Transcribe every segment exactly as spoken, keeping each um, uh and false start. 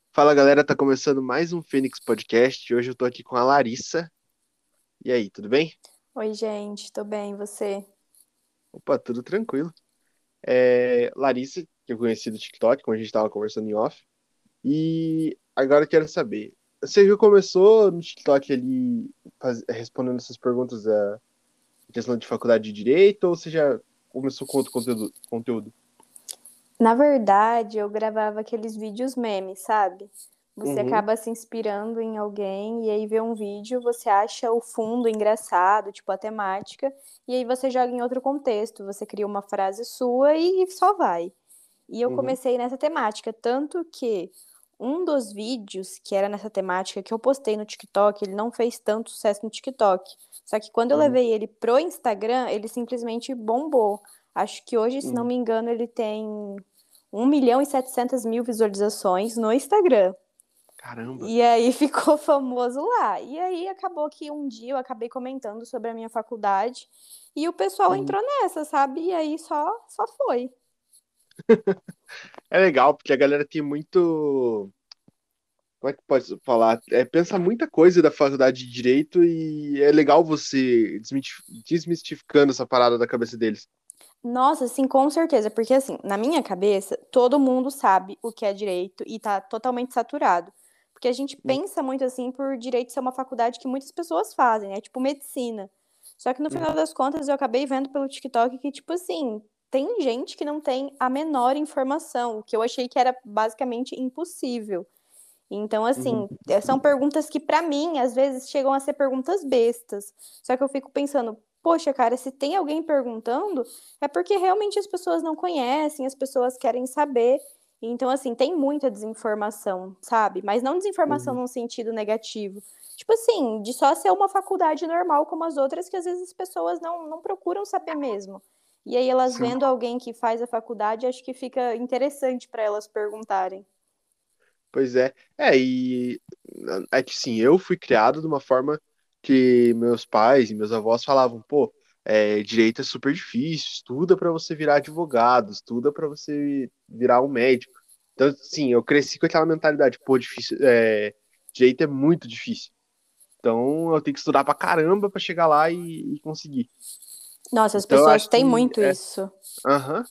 Fala galera, tá começando mais um Fênix Podcast. Hoje eu tô aqui com a Larissa. E aí, tudo bem? Oi, gente, tô bem, e você? Opa, tudo tranquilo. É, Larissa, que eu conheci do TikTok, como a gente tava conversando em off. E agora eu quero saber, você já começou no TikTok ali faz- respondendo essas perguntas da questão de faculdade de Direito ou você já começou com outro conteúdo? conteúdo? Na verdade, eu gravava aqueles vídeos memes, sabe? Você Uhum, acaba se inspirando em alguém e aí vê um vídeo, você acha o fundo engraçado, tipo a temática, e aí você joga em outro contexto, você cria uma frase sua e só vai. E eu uhum, comecei nessa temática, tanto que um dos vídeos que era nessa temática que eu postei no TikTok, ele não fez tanto sucesso no TikTok. Só que quando eu uhum, levei ele pro Instagram, ele simplesmente bombou. Acho que hoje, se não uhum. me engano, ele tem um milhão e setecentas mil visualizações no Instagram. Caramba. E aí ficou famoso lá. E aí acabou que um dia eu acabei comentando sobre a minha faculdade e o pessoal Uhum. entrou nessa, sabe? E aí só, só foi. É legal, porque a galera tem muito. Como é que pode falar? É, pensa muita coisa da faculdade de Direito e é legal você desmitif- desmistificando essa parada da cabeça deles. Nossa, sim, com certeza, porque assim, na minha cabeça, todo mundo sabe o que é direito e tá totalmente saturado. Porque a gente Uhum, pensa muito assim por direito ser uma faculdade que muitas pessoas fazem, é tipo medicina. Só que no final uhum, das contas eu acabei vendo pelo TikTok que, tipo assim, tem gente que não tem a menor informação, o que eu achei que era basicamente impossível. Então, uhum. assim, é, são perguntas que, pra mim, às vezes chegam a ser perguntas bestas. Só que eu fico pensando, poxa, cara, se tem alguém perguntando, é porque realmente as pessoas não conhecem, as pessoas querem saber. Então, assim, tem muita desinformação, sabe? Mas não desinformação Uhum. num sentido negativo. Tipo assim, de só ser uma faculdade normal como as outras, que às vezes as pessoas não, não procuram saber mesmo. E aí, elas Sim. vendo alguém que faz a faculdade, acho que fica interessante para elas perguntarem. Pois é. É, e é que sim, eu fui criado de uma forma que meus pais e meus avós falavam, pô, é, direito é super difícil, estuda pra você virar advogado, estuda pra você virar um médico. Então, sim, eu cresci com aquela mentalidade, pô, difícil, é, direito é muito difícil. Então eu tenho que estudar pra caramba pra chegar lá e, e conseguir. Nossa, as Então eu pessoas acho têm que muito é, isso. aham.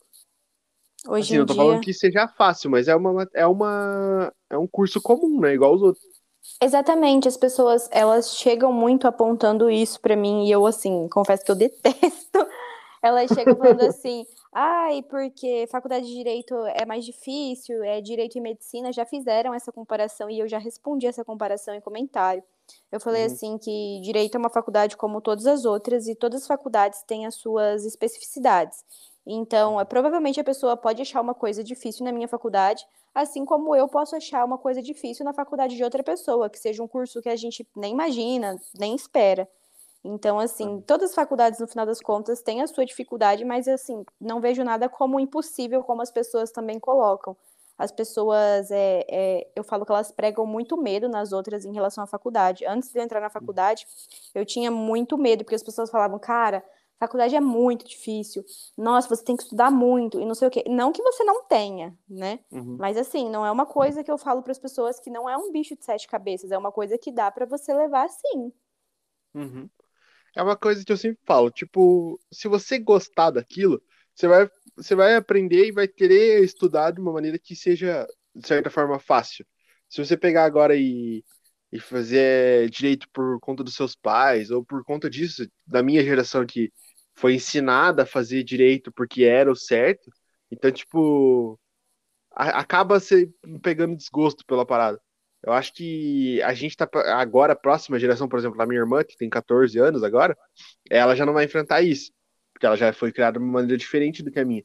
Hoje Assim, em não tô falando dia. que seja fácil, mas é uma é uma é um curso comum, né? Igual os outros. Exatamente, as pessoas, elas chegam muito apontando isso pra mim e eu, assim, confesso que eu detesto. Elas chegam falando assim, ai, porque faculdade de direito é mais difícil, é direito e medicina, já fizeram essa comparação e eu já respondi essa comparação em comentário. Eu falei Uhum, assim que direito é uma faculdade como todas as outras e todas as faculdades têm as suas especificidades. Então, é, provavelmente a pessoa pode achar uma coisa difícil na minha faculdade, assim como eu posso achar uma coisa difícil na faculdade de outra pessoa, que seja um curso que a gente nem imagina, nem espera. Então, assim, uhum. todas as faculdades, no final das contas, têm a sua dificuldade, mas, assim, não vejo nada como impossível, como as pessoas também colocam. As pessoas, é, é, eu falo que elas pregam muito medo nas outras em relação à faculdade. Antes de eu entrar na faculdade, eu tinha muito medo, porque as pessoas falavam, cara, faculdade é muito difícil. Nossa, você tem que estudar muito e não sei o quê. Não que você não tenha, né? Uhum, Mas assim, não é uma coisa que eu falo para as pessoas que não é um bicho de sete cabeças, é uma coisa que dá para você levar sim. uhum. É uma coisa que eu sempre falo, tipo, se você gostar daquilo, você vai, você vai aprender e vai querer estudar de uma maneira que seja, de certa forma, fácil. Se você pegar agora e, e fazer direito por conta dos seus pais, ou por conta disso, da minha geração que foi ensinada a fazer direito porque era o certo, então, tipo, a- acaba se pegando desgosto pela parada. Eu acho que a gente tá pra- agora, a próxima geração, por exemplo, da minha irmã, que tem catorze anos agora, ela já não vai enfrentar isso, porque ela já foi criada de uma maneira diferente do que a minha.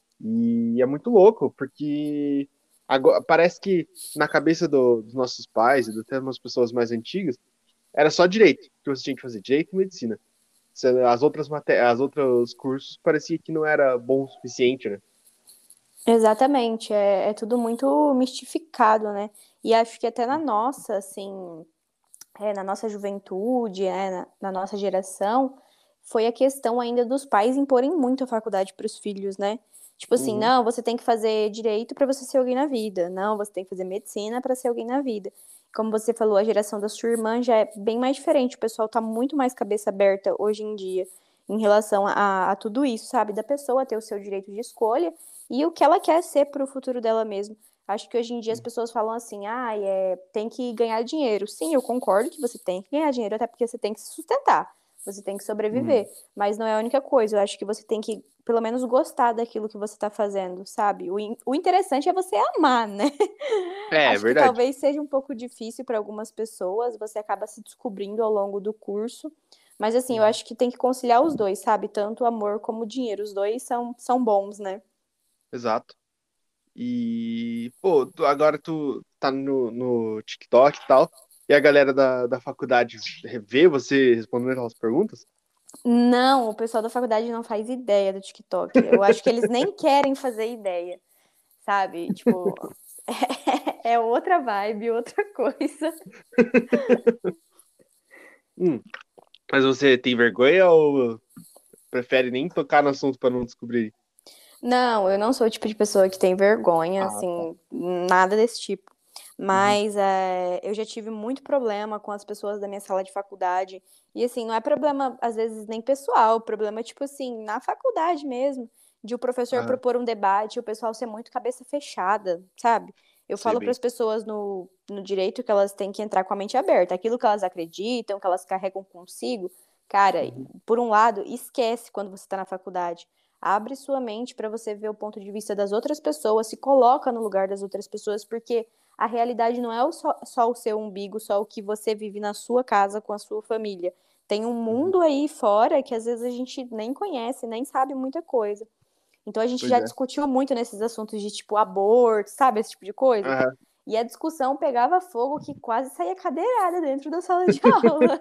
E é muito louco, porque agora, parece que na cabeça do- dos nossos pais e até umas pessoas mais antigas, era só direito que você tinha que fazer, direito e medicina. Se- As outras matérias, as outros cursos parecia que não era bom o suficiente, né? Exatamente, é, é tudo muito mistificado, né? E acho que até na nossa, assim, é, na nossa juventude, né, na, na nossa geração, foi a questão ainda dos pais imporem muito a faculdade para os filhos, né? Tipo assim, Uhum. não, você tem que fazer direito pra você ser alguém na vida. Não, você tem que fazer medicina pra ser alguém na vida. Como você falou, a geração da sua irmã já é bem mais diferente. O pessoal tá muito mais cabeça aberta hoje em dia em relação a, a tudo isso, sabe? Da pessoa ter o seu direito de escolha e o que ela quer ser pro futuro dela mesma. Acho que hoje em dia as pessoas falam assim, ah, é, tem que ganhar dinheiro. Sim, eu concordo que você tem que ganhar dinheiro, até porque você tem que se sustentar, você tem que sobreviver. Uhum. Mas não é a única coisa. Eu acho que você tem que, pelo menos, gostar daquilo que você tá fazendo, sabe? O, in- o interessante é você amar, né? É, é Acho que verdade. talvez seja um pouco difícil para algumas pessoas, você acaba se descobrindo ao longo do curso. Mas assim, eu Uhum. acho que tem que conciliar os dois, sabe? Tanto o amor como o dinheiro. Os dois são, são bons, né? Exato. E, pô, tu- agora tu tá no, no TikTok e tal, e a galera da, da faculdade vê você respondendo aquelas perguntas? Não, o pessoal da faculdade não faz ideia do TikTok. Eu acho que eles nem querem fazer ideia, sabe? Tipo, é outra vibe, outra coisa. Hum, mas você tem vergonha ou prefere nem tocar no assunto pra não descobrir? Não, eu não sou o tipo de pessoa que tem vergonha, Ah, tá. assim, nada desse tipo. Uhum. Mas é, eu já tive muito problema com as pessoas da minha sala de faculdade. E assim, não é problema, às vezes, nem pessoal, problema, tipo assim, na faculdade mesmo, de o professor Aham, propor um debate e o pessoal ser muito cabeça fechada, sabe? Eu sei falo para bem. as pessoas no, no direito que elas têm que entrar com a mente aberta. Aquilo que elas acreditam, que elas carregam consigo, cara, Uhum. por um lado, esquece quando você está na faculdade. Abre sua mente para você ver o ponto de vista das outras pessoas, se coloca no lugar das outras pessoas, porque a realidade não é o só, só o seu umbigo, só o que você vive na sua casa com a sua família. Tem um Uhum. mundo aí fora que às vezes a gente nem conhece, nem sabe muita coisa. Então a gente Pois já é. discutiu muito nesses assuntos de tipo aborto, sabe? Esse tipo de coisa. Aham. E a discussão pegava fogo que quase saía cadeirada dentro da sala de aula.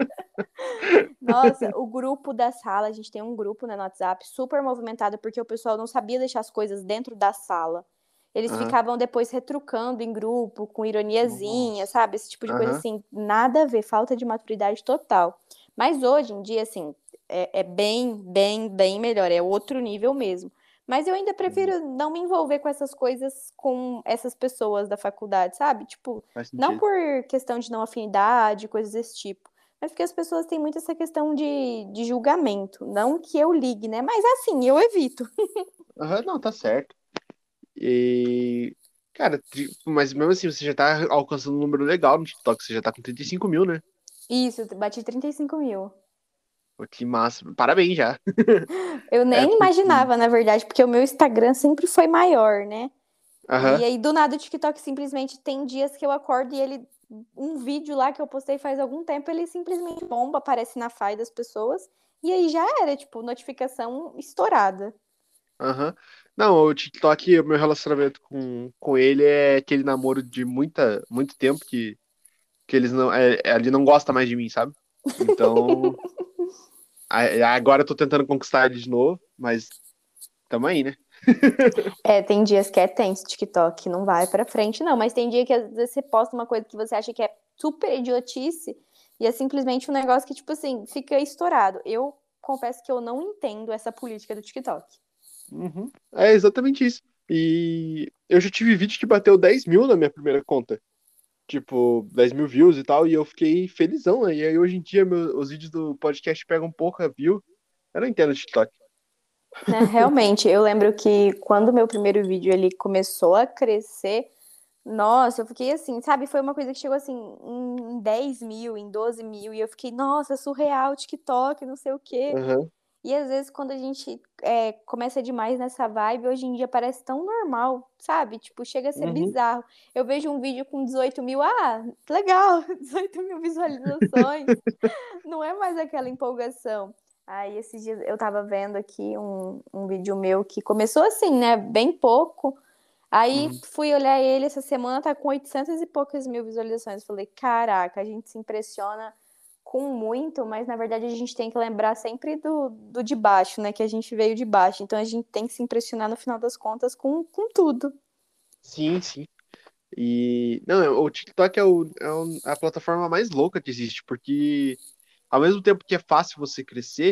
Nossa, o grupo da sala, a gente tem um grupo, né, no WhatsApp super movimentado porque o pessoal não sabia deixar as coisas dentro da sala. Eles Aham. ficavam depois retrucando em grupo, com ironiazinha, Nossa. sabe? Esse tipo de coisa Aham. assim, nada a ver, falta de maturidade total. Mas hoje em dia, assim, é, é bem, bem, bem melhor, é outro nível mesmo. Mas eu ainda Uhum. prefiro não me envolver com essas coisas com essas pessoas da faculdade, sabe? Tipo, Faz não sentido. por questão de não afinidade, coisas desse tipo. Mas porque as pessoas têm muito essa questão de, de julgamento. Não que eu ligue, né? Mas assim, eu evito. Aham, não, tá certo. E, cara, tri- mas mesmo assim, você já tá alcançando um número legal no TikTok, você já tá com trinta e cinco mil, né? Isso, eu bati trinta e cinco mil. Pô, que massa. Parabéns já. Eu É nem porque. imaginava, na verdade, porque o meu Instagram sempre foi maior, né? E Aham. aí, do nada, o TikTok simplesmente tem dias que eu acordo e ele. Um vídeo lá que eu postei faz algum tempo, ele simplesmente bomba, aparece na feed das pessoas. E aí já era, tipo, notificação estourada. Aham. Não, o TikTok, o meu relacionamento com, com ele é aquele namoro de muita, muito tempo que, que eles não. É, é, ele não gosta mais de mim, sabe? Então. a- Agora eu tô tentando conquistar ele de novo, mas tamo aí, né? É, tem dias que é tenso o TikTok, não vai pra frente, não. Mas tem dia que às vezes você posta uma coisa que você acha que é super idiotice e é simplesmente um negócio que, tipo assim, fica estourado. Eu confesso que eu não entendo essa política do TikTok. Uhum. É exatamente isso. E eu já tive vídeo que bateu dez mil na minha primeira conta. Tipo, dez mil views e tal, e eu fiquei felizão, né? E aí hoje em dia meu- os vídeos do podcast pegam pouca view. Eu não entendo TikTok. Né, realmente, eu lembro que quando o meu primeiro vídeo ele começou a crescer, nossa, eu fiquei assim, sabe? Foi uma coisa que chegou assim em dez mil, em doze mil, e eu fiquei, nossa, surreal, TikTok, não sei o quê. Aham. E às vezes, quando a gente é, começa demais nessa vibe, hoje em dia parece tão normal, sabe? Tipo, chega a ser Uhum. bizarro. Eu vejo um vídeo com dezoito mil, ah, legal, dezoito mil visualizações. Não é mais aquela empolgação. Aí, esses dias eu tava vendo aqui um, um vídeo meu que começou assim, né? Bem pouco. Aí Uhum. fui olhar ele essa semana, tá com oitocentas e poucas mil visualizações. Falei, caraca, a gente se impressiona com muito, mas na verdade a gente tem que lembrar sempre do, do de baixo, né? Que a gente veio de baixo. Então a gente tem que se impressionar no final das contas com, com tudo. Sim, sim. E. Não, é- o TikTok é, o, é o- a plataforma mais louca que existe, porque ao mesmo tempo que é fácil você crescer.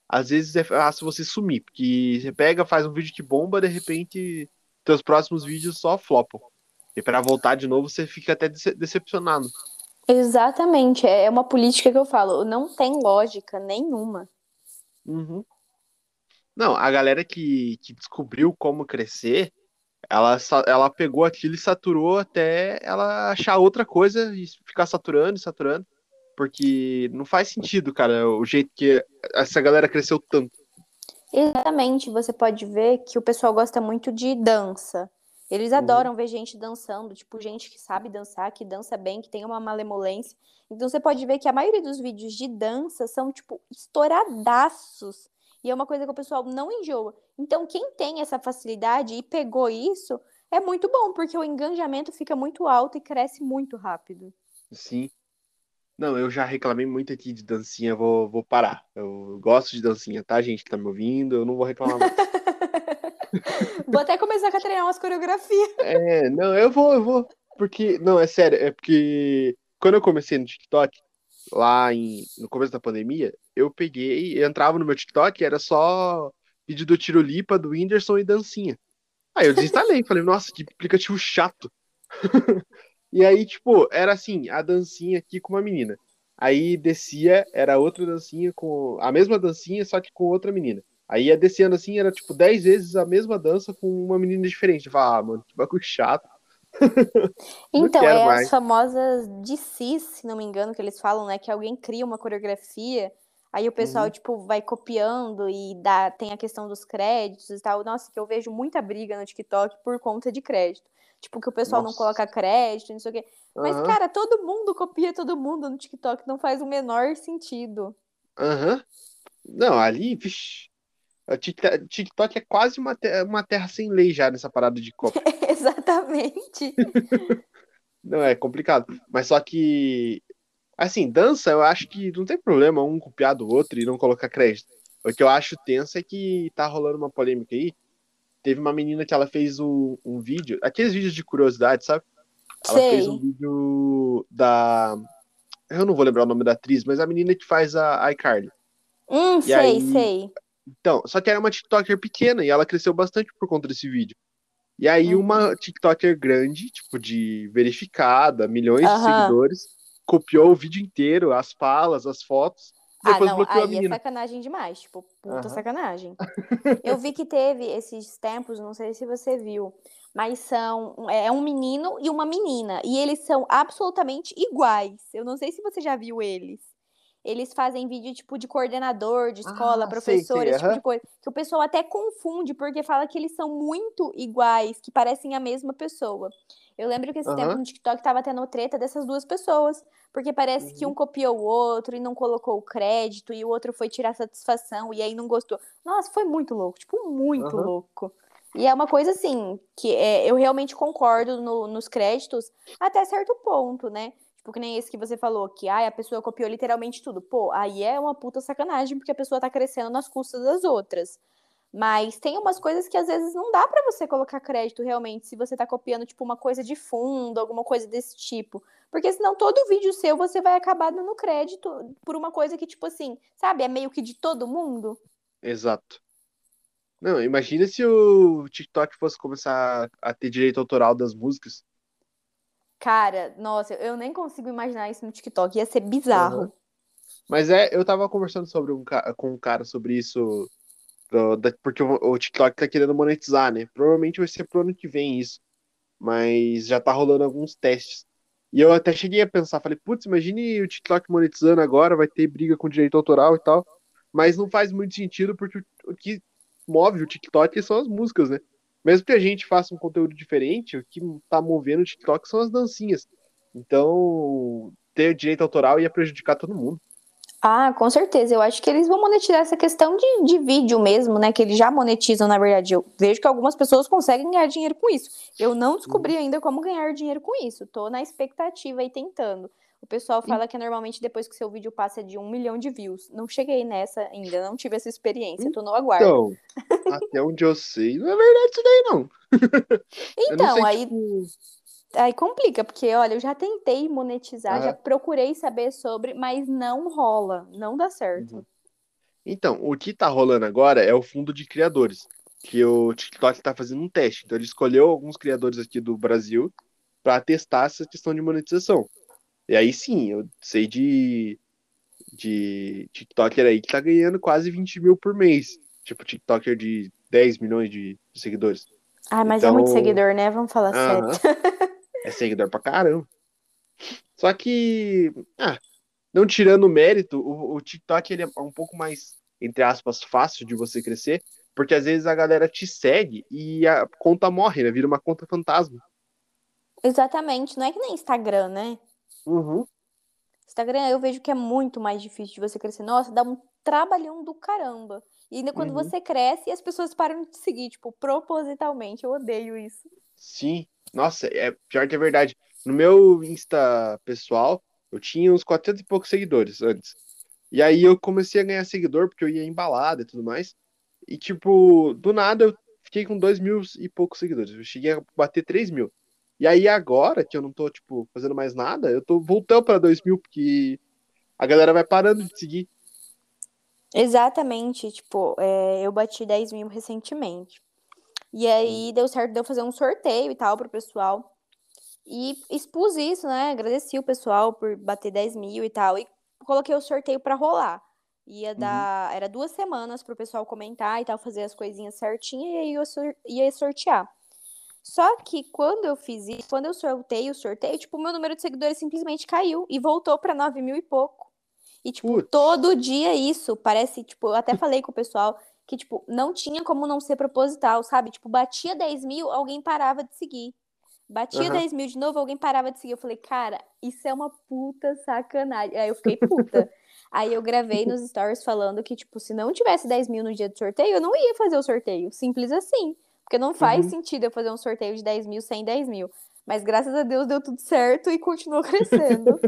às vezes é fácil você sumir, porque você pega, faz um vídeo que bomba, de repente, teus próximos vídeos só flopam. E pra voltar de novo, você fica até dece- decepcionado. Exatamente, é é uma política que eu falo, não tem lógica nenhuma. Uhum. Não, a galera que, que descobriu como crescer, ela, sa- ela pegou aquilo e saturou até ela achar outra coisa e ficar saturando e saturando, porque não faz sentido, cara, o jeito que essa galera cresceu tanto. Exatamente, você pode ver que o pessoal gosta muito de dança. Eles Uhum. adoram ver gente dançando, tipo, gente que sabe dançar, que dança bem, que tem uma malemolência. Então você pode ver que a maioria dos vídeos de dança são, tipo, estouradaços. E é uma coisa que o pessoal não enjoa. Então, quem tem essa facilidade e pegou isso, é muito bom, porque o engajamento fica muito alto e cresce muito rápido. Sim. Não, eu já reclamei muito aqui de dancinha, vou, vou parar. Eu gosto de dancinha, tá, gente que tá me ouvindo? Eu não vou reclamar mais. Vou até começar a treinar umas coreografias. É, não, eu vou, eu vou. Porque, não, é sério, é porque quando eu comecei no TikTok, lá em, no começo da pandemia, eu peguei, eu entrava no meu TikTok, era só vídeo do Tirolipa, do Whindersson e dancinha. Aí eu desinstalei, falei, nossa, que aplicativo chato. E aí, tipo, era assim, a dancinha aqui com uma menina. Aí descia, era outra dancinha com a mesma dancinha, só que com outra menina. Aí ia descendo assim, era tipo dez vezes a mesma dança com uma menina diferente. Eu falava, ah, mano, que bagulho chato, não Então, quero é as mais. famosas D Cs, se não me engano, que eles falam, né? Que alguém cria uma coreografia, aí o pessoal, Uhum. tipo, vai copiando e dá, tem a questão dos créditos e tal. Nossa, que eu vejo muita briga no TikTok por conta de crédito. Tipo, que o pessoal não Nossa. coloca crédito, não sei o quê. Mas, Aham, cara, todo mundo copia todo mundo no TikTok, não faz o menor sentido. aham. Não, ali, vixi, o Tik- TikTok é quase uma, te- uma terra sem lei já nessa parada de cópia. Exatamente. Não, é complicado. Mas só que assim, dança, eu acho que não tem problema um copiar do outro e não colocar crédito. O que eu acho tenso é que tá rolando uma polêmica aí. Teve uma menina que ela fez um, um vídeo, aqueles vídeos de curiosidade, sabe? Ela fez um Sei. vídeo da. Eu não vou lembrar o nome da atriz, mas a menina que faz a iCarly. Hum, E sei, aí. sei. Então, só que era uma TikToker pequena e ela cresceu bastante por conta desse vídeo. E aí, Uhum. uma TikToker grande, tipo, de verificada, milhões de Aham. seguidores, copiou o vídeo inteiro, as falas, as fotos, e Ah, depois não, bloqueou a aí é menina. sacanagem demais, tipo, puta Aham. sacanagem. Eu vi que teve esses tempos, não sei se você viu, mas são é é um menino e uma menina e eles são absolutamente iguais. Eu não sei se você já viu eles. Eles fazem vídeo tipo de coordenador de escola, Ah, sei, professor, sei, esse tipo de aham. coisa, que o pessoal até confunde porque fala que eles são muito iguais, que parecem a mesma pessoa. Eu lembro que esse tempo Aham. no TikTok tava tendo treta dessas duas pessoas, porque parece que um Uhum. copiou o outro e não colocou o crédito e o outro foi tirar satisfação e aí não gostou. Nossa, foi muito louco, tipo, muito Aham. louco. E é uma coisa assim, que é, eu realmente concordo no- nos créditos até certo ponto, né? Tipo, que nem esse que você falou, que ai, a pessoa copiou literalmente tudo. Pô, aí é uma puta sacanagem, porque a pessoa tá crescendo nas custas das outras. Mas tem umas coisas que às vezes não dá pra você colocar crédito realmente, se você tá copiando, tipo, uma coisa de fundo, alguma coisa desse tipo. Porque senão todo vídeo seu você vai acabar dando crédito por uma coisa que, tipo assim, sabe, é meio que de todo mundo. Exato. Não, imagina se o TikTok fosse começar a ter direito autoral das músicas. Cara, nossa, eu nem consigo imaginar isso no TikTok. Ia ser Aham. bizarro. Mas é, eu tava conversando sobre um, ca- com um cara sobre isso, do- da- porque o, o TikTok tá querendo monetizar, né? Provavelmente vai ser pro ano que vem isso, mas já tá rolando alguns testes. E eu até cheguei a pensar, falei, putz, imagine o TikTok monetizando agora, vai ter briga com direito autoral e tal. Mas não faz muito sentido, porque o, o que move o TikTok são as músicas, né? Mesmo que a gente faça um conteúdo diferente, o que tá movendo o TikTok são as dancinhas. Então, ter direito autoral ia prejudicar todo mundo. Ah, com certeza. Eu acho que eles vão monetizar essa questão de, de vídeo mesmo, né? Que eles já monetizam, na verdade. Eu vejo que algumas pessoas conseguem ganhar dinheiro com isso. Eu não Uhum. descobri ainda como ganhar dinheiro com isso. Tô na expectativa e tentando. O pessoal fala que normalmente depois que seu vídeo passa de um milhão de views. Não cheguei nessa ainda, não tive essa experiência. Tô no aguardo. Então, até onde eu sei, não é verdade isso daí, não. Eu não Então, sei, aí tipo. Aí complica, porque olha, eu já tentei monetizar, já Aham. procurei saber sobre, mas não rola, não dá certo. Uhum. Então, o que tá rolando agora é o fundo de criadores, que o TikTok tá fazendo um teste. Então, ele escolheu alguns criadores aqui do Brasil para testar essa questão de monetização. E aí sim, eu sei de, de TikToker aí que tá ganhando quase vinte mil por mês. Tipo, TikToker de dez milhões de, de seguidores. Ah, mas é muito Então, seguidor, né? Vamos falar sério. aham, é seguidor pra caramba. Só que, ah, não tirando o mérito, o, o TikTok ele é um pouco mais, entre aspas, fácil de você crescer, porque às vezes a galera te segue e a conta morre, né? Vira uma conta fantasma. Exatamente, não é que nem Instagram, né? Uhum, Instagram eu vejo que é muito mais difícil de você crescer. Nossa, dá um trabalhão do caramba. E ainda quando uhum. você cresce, as pessoas param de te seguir, tipo, propositalmente. Eu odeio isso. Sim, nossa, é pior que é verdade. No meu Insta pessoal, eu tinha uns quatrocentos e poucos seguidores antes. E aí eu comecei a ganhar seguidor porque eu ia em balada e tudo mais. E, tipo, do nada eu fiquei com dois mil e poucos seguidores. Eu cheguei a bater três mil. E aí agora que eu não tô, tipo, fazendo mais nada, eu tô voltando pra dois mil, porque a galera vai parando de seguir. Exatamente, tipo, é, eu bati dez mil recentemente. E Uhum. aí deu certo de eu fazer um sorteio e tal pro pessoal. E expus isso, né? Agradeci o pessoal por bater dez mil e tal. E coloquei o sorteio pra rolar. Ia Uhum. dar. Era duas semanas pro pessoal comentar e tal, fazer as coisinhas certinho e aí eu sor- ia sortear. Só que quando eu fiz isso, quando eu sorteio o sorteio, tipo, o meu número de seguidores simplesmente caiu e voltou pra nove mil e pouco. E, tipo, Putz. todo dia isso. Parece, tipo, eu até falei com o pessoal que, tipo, não tinha como não ser proposital, sabe? Tipo, batia dez mil, alguém parava de seguir. Batia Aham. dez mil de novo, alguém parava de seguir. Eu falei, cara, isso é uma puta sacanagem. Aí eu fiquei puta. Aí eu gravei nos stories falando que, tipo, se não tivesse dez mil no dia do sorteio, eu não ia fazer o sorteio. Simples assim. Porque não faz Uhum. sentido eu fazer um sorteio de dez mil sem dez mil. Mas graças a Deus deu tudo certo e continuou crescendo.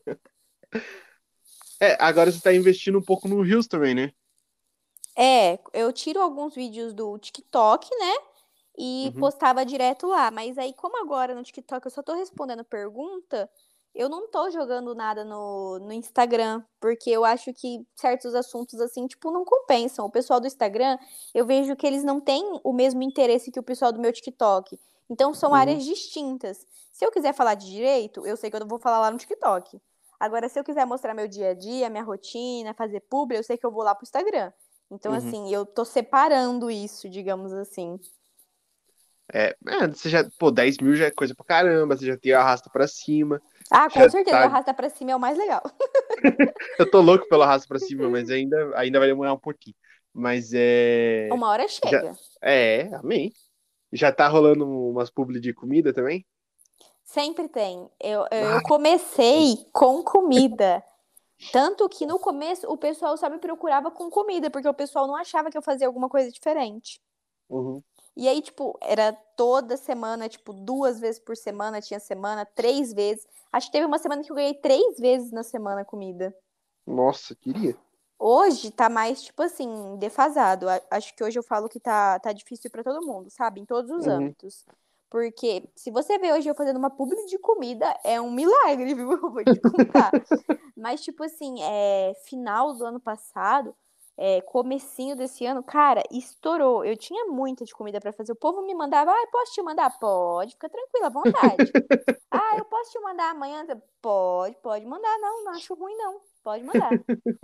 É, agora você tá investindo um pouco no Reels também, né? É, eu tiro alguns vídeos do TikTok, né? E Uhum. postava direto lá. Mas aí, como agora no TikTok eu só tô respondendo pergunta, eu não tô jogando nada no, no Instagram, porque eu acho que certos assuntos, assim, tipo, não compensam. O pessoal do Instagram, eu vejo que eles não têm o mesmo interesse que o pessoal do meu TikTok. Então, são Uhum. áreas distintas. Se eu quiser falar de direito, eu sei que eu vou falar lá no TikTok. Agora, se eu quiser mostrar meu dia a dia, minha rotina, fazer publi, eu sei que eu vou lá pro Instagram. Então, Uhum. assim, eu tô separando isso, digamos assim. É, é, você já, pô, dez mil já é coisa pra caramba, você já tem a arrasta pra cima, Ah, com já certeza, o tá. arrasta pra cima é o mais legal. Eu tô louco pelo arrasta pra cima, mas ainda, ainda vai demorar um pouquinho. Mas é. Uma hora Já, chega. é, amém. Já tá rolando umas publi de comida também? Sempre tem. Eu, eu Ah, comecei com comida. Tanto que no começo o pessoal só me procurava com comida, porque o pessoal não achava que eu fazia alguma coisa diferente. uhum. E aí, tipo, era toda semana, tipo, duas vezes por semana, tinha semana, três vezes. Acho que teve uma semana que eu ganhei três vezes na semana comida. Nossa, queria. Hoje tá mais, tipo assim, defasado. A- Acho que hoje eu falo que tá, tá difícil pra todo mundo, sabe? Em todos os Uhum. âmbitos. Porque se você vê hoje eu fazendo uma publi de comida, é um milagre, viu? Eu vou te contar. Mas, tipo assim, é, final do ano passado, é, comecinho desse ano, cara, estourou. Eu tinha muita de comida pra fazer. O povo me mandava, ah, posso te mandar? Pode, fica tranquila, à vontade. Ah, eu posso te mandar amanhã? Pode, pode mandar. Não, não acho ruim, não. Pode mandar.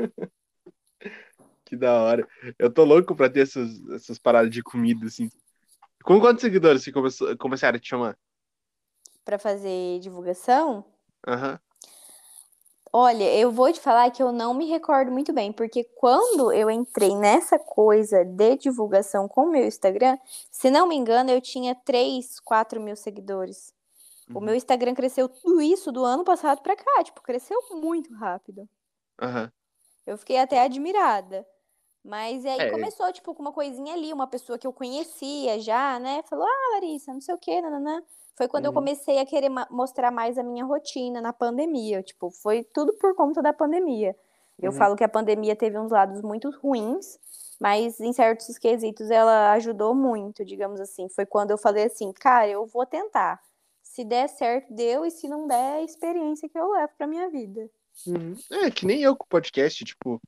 Que da hora. Eu tô louco pra ter essas, essas paradas de comida, assim. Com quantos seguidores você começou, começaram a te chamar? Pra fazer divulgação. Aham. Olha, eu vou te falar que eu não me recordo muito bem, porque quando eu entrei nessa coisa de divulgação com o meu Instagram, se não me engano, eu tinha três, quatro mil seguidores. O meu Uhum. Instagram cresceu tudo isso do ano passado pra cá, tipo, cresceu muito rápido. Aham. Eu fiquei até admirada. Mas aí É. começou, tipo, com uma coisinha ali, uma pessoa que eu conhecia já, né? Falou, ah, Larissa, não sei o quê, nananã. Foi quando eu Uhum. comecei a querer ma- mostrar mais a minha rotina na pandemia. Tipo, foi tudo por conta da pandemia. Eu Uhum. falo que a pandemia teve uns lados muito ruins, mas em certos quesitos ela ajudou muito, digamos assim. Foi quando eu falei assim, cara, eu vou tentar. Se der certo, deu, e se não der, é a experiência que eu levo pra minha vida. Uhum. É, que nem eu com o podcast, tipo.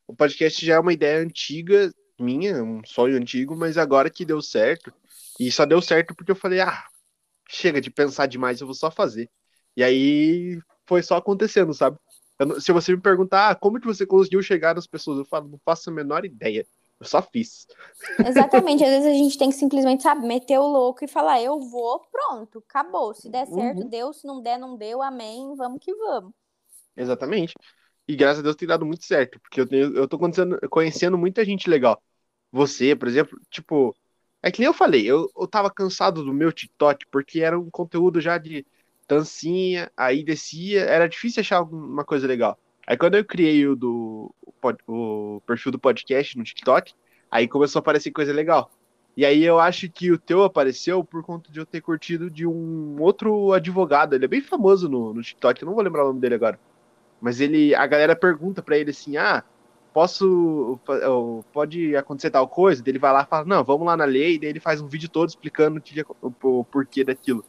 o podcast já é uma ideia antiga minha, um sonho antigo, mas agora que deu certo, e só deu certo porque eu falei, ah, chega de pensar demais, eu vou só fazer. E aí foi só acontecendo, sabe? Eu não- se você me perguntar, ah, como que você conseguiu chegar nas pessoas, eu falo, não faço a menor ideia. Eu só fiz. Exatamente, às vezes a gente tem que simplesmente, sabe, meter o louco e falar, eu vou, pronto, acabou. Se der certo, Uhum, deu, se não der, não deu, amém, vamos que vamos. exatamente. E graças a Deus tem dado muito certo, porque eu tenho, eu tô conhecendo, conhecendo muita gente legal. Você, por exemplo, tipo, é que nem eu falei, eu, eu tava cansado do meu TikTok, porque era um conteúdo já de dancinha, aí descia, era difícil achar alguma coisa legal. Aí quando eu criei o do o, pod- o perfil do podcast no TikTok, aí começou a aparecer coisa legal. E aí eu acho que o teu apareceu por conta de eu ter curtido de um outro advogado. Ele é bem famoso no, no TikTok, eu não vou lembrar o nome dele agora. Mas ele, a galera pergunta pra ele assim: ah, posso, ou pode acontecer tal coisa? Daí ele vai lá e fala: não, vamos lá na lei. Daí ele faz um vídeo todo explicando o, que- o, o porquê daquilo.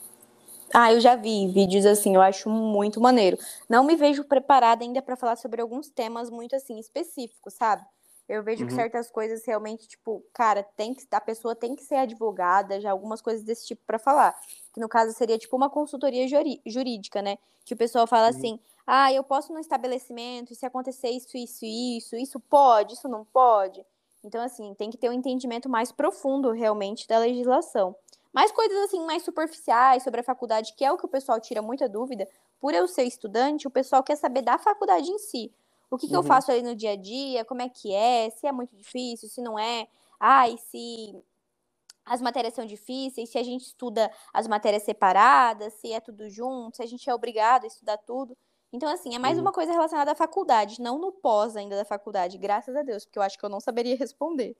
Ah, eu já vi vídeos assim, eu acho muito maneiro. Não me vejo preparada ainda pra falar sobre alguns temas muito assim específicos, sabe? Eu vejo que Uhum, certas coisas realmente, tipo, cara, tem que a pessoa tem que ser advogada, já algumas coisas desse tipo pra falar. Que no caso seria tipo uma consultoria juri- jurídica, né? Que o pessoal fala uhum, assim: "Ah, eu posso no estabelecimento, e se acontecer isso, isso, isso, isso pode, isso não pode". Então assim, tem que ter um entendimento mais profundo realmente da legislação. Mais coisas assim mais superficiais sobre a faculdade, que é o que o pessoal tira muita dúvida. Por eu ser estudante, o pessoal quer saber da faculdade em si. O que, que eu uhum, faço ali no dia a dia, como é que é, se é muito difícil, se não é. Ah, e se as matérias são difíceis, se a gente estuda as matérias separadas, se é tudo junto, se a gente é obrigado a estudar tudo. Então, assim, é mais uhum. uma coisa relacionada à faculdade, não no pós ainda da faculdade, graças a Deus, porque eu acho que eu não saberia responder.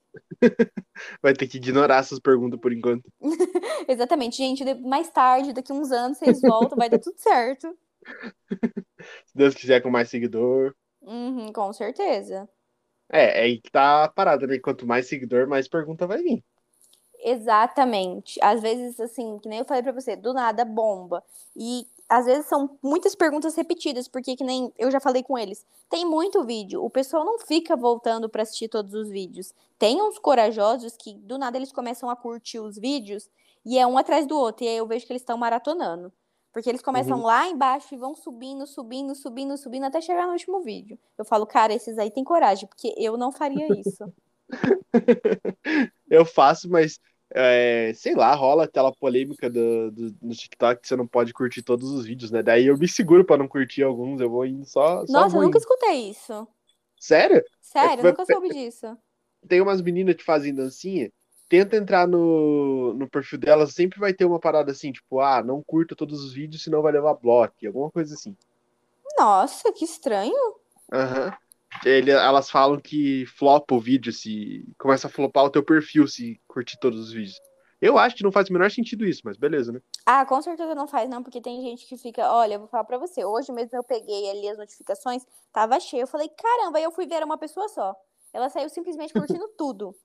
Vai ter que ignorar essas perguntas por enquanto. Exatamente, gente, de- mais tarde, daqui uns anos, vocês voltam, vai dar tudo certo. Se Deus quiser, com mais seguidor. Uhum, com certeza. É, é aí que tá a parada, né? Quanto mais seguidor, mais pergunta vai vir. Exatamente. Às vezes, assim, que nem eu falei pra você, do nada bomba. E às vezes são muitas perguntas repetidas, porque que nem eu já falei com eles. Tem muito vídeo, o pessoal não fica voltando pra assistir todos os vídeos. Tem uns corajosos que do nada eles começam a curtir os vídeos e é um atrás do outro, e aí eu vejo que eles estão maratonando. Porque eles começam Uhum. lá embaixo e vão subindo, subindo, subindo, subindo até chegar no último vídeo. Eu falo, cara, esses aí têm coragem, porque eu não faria isso. Eu faço, mas é, sei lá, rola aquela polêmica do, do, no TikTok que você não pode curtir todos os vídeos, né? Daí eu me seguro pra não curtir alguns, eu vou indo só, só Nossa, eu vou nunca indo. escutei isso. Sério? É, Sério, eu nunca soube disso. tem umas meninas que fazem dancinha, tenta entrar no, no perfil delas, sempre vai ter uma parada assim, tipo, ah, não curta todos os vídeos, senão vai levar bloco, alguma coisa assim. Nossa, que estranho. Aham. Ele, elas falam que flopa o vídeo se começa a flopar o teu perfil se curtir todos os vídeos. Eu acho que não faz o menor sentido isso, mas beleza, né? Ah, com certeza não faz, não, porque tem gente que fica. Olha, eu vou falar pra você. Hoje mesmo eu peguei ali as notificações, tava cheio. Eu falei, caramba, aí eu fui ver era uma pessoa só. Ela saiu simplesmente curtindo tudo.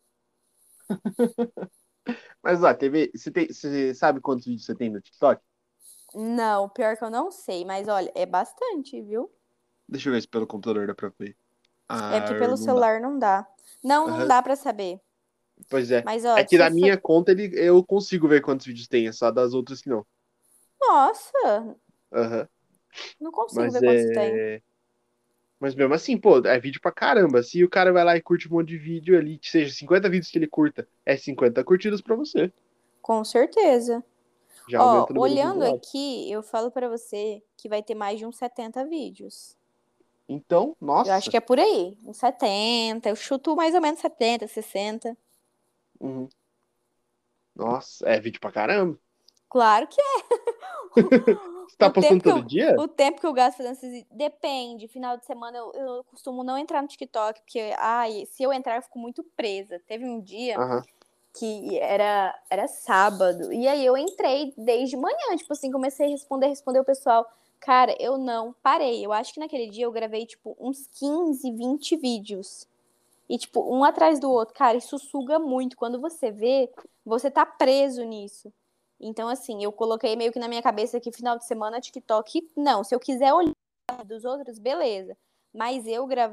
Mas lá, T V, você tem, você sabe quantos vídeos você tem no TikTok? Não, pior que eu não sei, mas olha, é bastante, viu? Deixa eu ver se pelo computador dá pra ver. É Ah, porque pelo não dá. celular não dá. Não, não Aham. dá pra saber. Pois é. Mas, É ó, que se da for. minha conta ele, eu consigo ver quantos vídeos tem, é só das outras que não. Nossa, Aham. não consigo Mas ver quantos tem. é. Mas mesmo assim, pô, é vídeo pra caramba. Se o cara vai lá e curte um monte de vídeo ali, que seja cinquenta vídeos que ele curta, é cinquenta curtidas pra você. Com certeza. Já Ó, aumenta o númerozinho do olhando lado. aqui, eu falo pra você que vai ter mais de uns setenta vídeos. Então, Eu acho nossa. que é por aí, uns setenta. Eu chuto mais ou menos setenta, sessenta. Uhum. Nossa, é vídeo pra caramba. Claro que é. Você tá O tempo postando que todo eu, dia? o tempo que eu gasto fazendo esses... Depende. Final de semana eu, eu costumo não entrar no TikTok, porque, ai, se eu entrar eu fico muito presa. Teve um dia Aham. que era, era sábado, e aí eu entrei desde manhã, tipo assim, comecei a responder, responder o pessoal. Cara, eu não parei. Eu acho que naquele dia eu gravei, tipo, uns quinze, vinte vídeos. E, tipo, um atrás do outro. Cara, isso suga muito. Quando você vê, você tá preso nisso. Então, assim, eu coloquei meio que na minha cabeça que final de semana, TikTok, não. Se eu quiser olhar dos outros, beleza. Mas eu gravar,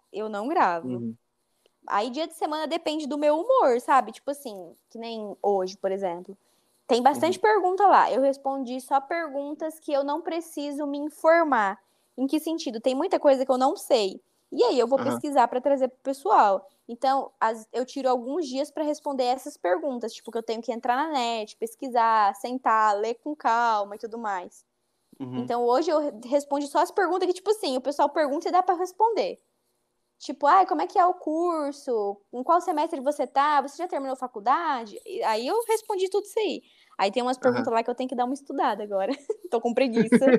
eu não gravo. Uhum. Aí dia de semana depende do meu humor, sabe? Tipo assim, que nem hoje, por exemplo. Tem bastante Uhum. pergunta lá. Eu respondi só perguntas que eu não preciso me informar. Em que sentido? Tem muita coisa que eu não sei. E aí eu vou Aham. pesquisar para trazer pro pessoal. Então, as- eu tiro alguns dias para responder essas perguntas, tipo que eu tenho que entrar na net, pesquisar, sentar, ler com calma e tudo mais. Uhum. Então, hoje eu re- respondo só as perguntas que tipo assim, o pessoal pergunta e dá para responder. Tipo, ai, como é que é o curso? Em qual semestre você tá? Você já terminou faculdade? E aí eu respondi tudo isso aí. Aí tem umas Aham. perguntas lá que eu tenho que dar uma estudada agora. Tô com preguiça.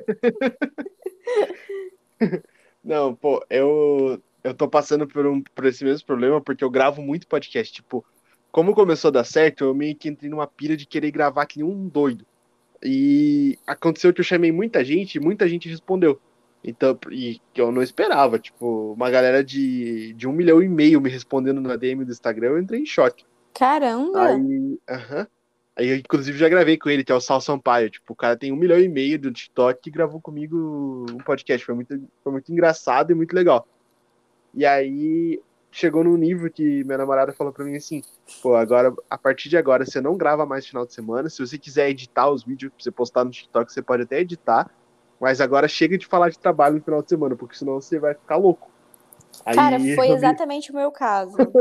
Não, pô, eu, eu tô passando por, um, por esse mesmo problema porque eu gravo muito podcast. Tipo, como começou a dar certo, eu meio que entrei numa pira de querer gravar que nem um doido. E aconteceu que eu chamei muita gente e muita gente respondeu. Então, e que eu não esperava, tipo, uma galera de, de um milhão e meio me respondendo na D M do Instagram, eu entrei em choque. Caramba! Aí, aham. Aí eu, inclusive, já gravei com ele, que é o Sal Sampaio. Tipo, o cara tem um milhão e meio do TikTok e gravou comigo um podcast. Foi muito, foi muito engraçado e muito legal. E aí chegou num nível que minha namorada falou pra mim assim: pô, agora, a partir de agora, você não grava mais final de semana. Se você quiser editar os vídeos pra você postar no TikTok, você pode até editar. Mas agora chega de falar de trabalho no final de semana, porque senão você vai ficar louco. Cara, Aí foi eu me, exatamente o meu caso.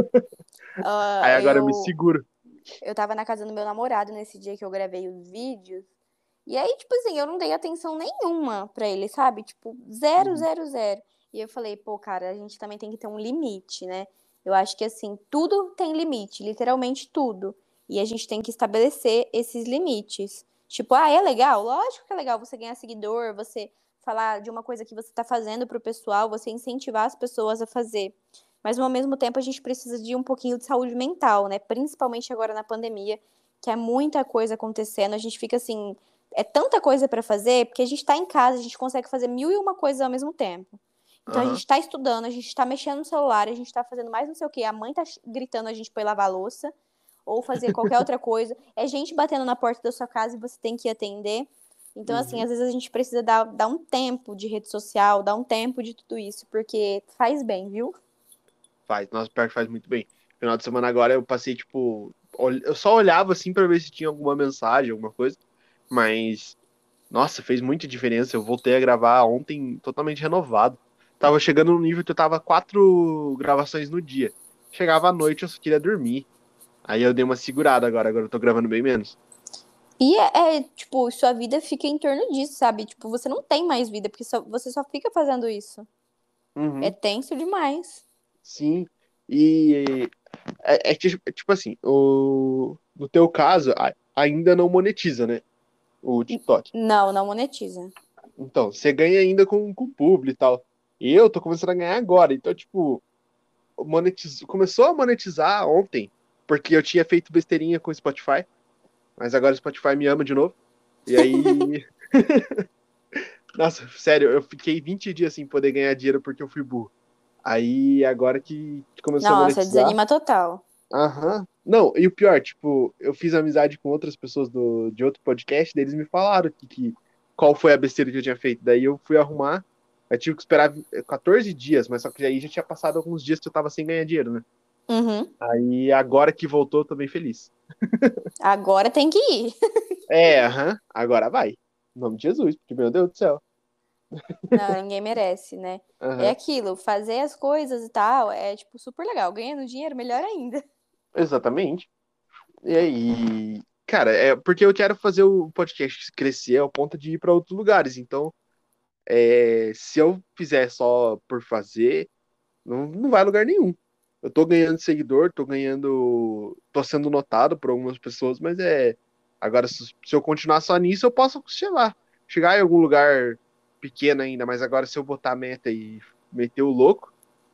Ah, aí agora eu me eu, seguro. eu tava na casa do meu namorado nesse dia que eu gravei os vídeos. E aí, tipo assim, eu não dei atenção nenhuma pra ele, sabe? Tipo, zero, Uhum, zero, zero. E eu falei, pô, cara, a gente também tem que ter um limite, né? Eu acho que, assim, tudo tem limite, literalmente tudo. E a gente tem que estabelecer esses limites. Tipo, ah, é legal? Lógico que é legal você ganhar seguidor, você falar de uma coisa que você tá fazendo pro pessoal, você incentivar as pessoas a fazer. Mas, ao mesmo tempo, a gente precisa de um pouquinho de saúde mental, né? Principalmente agora na pandemia, que é muita coisa acontecendo. A gente fica assim, é tanta coisa para fazer, porque a gente tá em casa, a gente consegue fazer mil e uma coisas ao mesmo tempo. Então a aham, gente tá estudando, a gente tá mexendo no celular, a gente tá fazendo mais não sei o quê, a mãe tá gritando a gente pra ir lavar a louça ou fazer qualquer outra coisa, é gente batendo na porta da sua casa e você tem que atender. Então, assim, uhum. às vezes a gente precisa dar, dar um tempo de rede social, dar um tempo de tudo isso, porque faz bem, viu? Faz, nossa, pior que faz muito bem. Final de semana agora eu passei, tipo, ol- eu só olhava assim pra ver se tinha alguma mensagem, alguma coisa, mas, nossa, fez muita diferença. Eu voltei a gravar ontem totalmente renovado. Tava chegando no nível que eu tava quatro gravações no dia. Chegava à noite, eu só queria dormir. Aí eu dei uma segurada agora, agora eu tô gravando bem menos. E é, é, tipo, sua vida fica em torno disso, sabe? Tipo, você não tem mais vida, porque só- você só fica fazendo isso. É Uhum, tenso demais. sim. E é, é que, é tipo assim, o, no teu caso, a- ainda não monetiza, né? O N- TikTok. Não, não monetiza. Então, você ganha ainda com, com publi e tal. E eu tô começando a ganhar agora. Então, tipo, monetiz... começou a monetizar ontem, porque eu tinha feito besteirinha com o Spotify, mas agora o Spotify me ama de novo. E aí, nossa, sério, eu fiquei vinte dias sem poder ganhar dinheiro porque eu fui burro. Aí, agora que que começou a Nossa, monetizar. desanima total. Aham. Não, e o pior, tipo, eu fiz amizade com outras pessoas do, de outro podcast, daí eles me falaram que, que, qual foi a besteira que eu tinha feito. Daí eu fui arrumar, eu tive que esperar quatorze dias, mas só que aí já tinha passado alguns dias que eu tava sem ganhar dinheiro, né? Uhum. Aí agora que voltou, eu tô bem feliz. Agora tem que ir. É, aham, agora vai. Em nome de Jesus, porque, meu Deus do céu. Não, ninguém merece, né? É Aham, aquilo, fazer as coisas e tal, é, tipo, super legal. Ganhando dinheiro, melhor ainda. exatamente. E aí, cara, é porque eu quero fazer o podcast crescer ao ponto de ir pra outros lugares. Então, é, se eu fizer só por fazer, não, não vai a lugar nenhum. Eu tô ganhando seguidor, tô ganhando. Tô sendo notado por algumas pessoas, mas é. Agora, se, se eu continuar só nisso, eu posso, sei lá, chegar em algum lugar pequeno ainda, mas agora se eu botar a meta e meter o louco,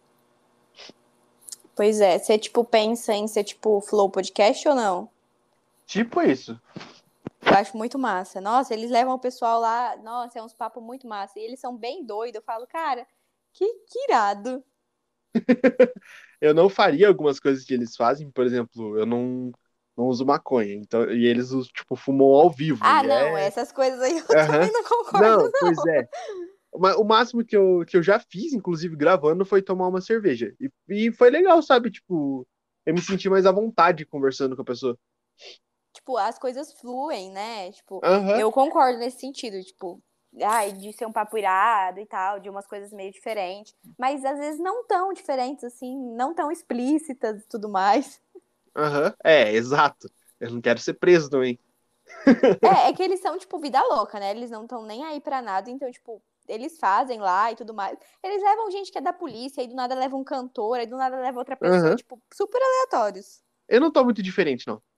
Pois é, você, tipo, pensa em ser, tipo, Flow Podcast ou não? tipo isso. Eu acho muito massa. Nossa, eles levam o pessoal lá, nossa, é uns papos muito massa. E eles são bem doidos. Eu falo, cara, que, que irado. Eu não faria algumas coisas que eles fazem, por exemplo, eu não, não uso maconha, então, e eles, tipo, fumam ao vivo, Ah, e não, é. essas coisas aí eu Aham. também não concordo, Não, pois não. é. ma- o máximo que eu, que eu já fiz, inclusive gravando, foi tomar uma cerveja. E, e foi legal, sabe? Tipo, eu me senti mais à vontade conversando com a pessoa. Tipo, as coisas fluem, né? Tipo, Aham, eu concordo nesse sentido, tipo, ai, de ser um papo irado e tal, de umas coisas meio diferentes, mas às vezes não tão diferentes assim, não tão explícitas e tudo mais. aham. É, exato. Eu não quero ser preso também. É, é que eles são, tipo, vida louca, né? Eles não estão nem aí pra nada, então, tipo, eles fazem lá e tudo mais. Eles levam gente que é da polícia, aí do nada leva um cantor, aí do nada leva outra pessoa, Aham. tipo, super aleatórios. Eu não tô muito diferente, não.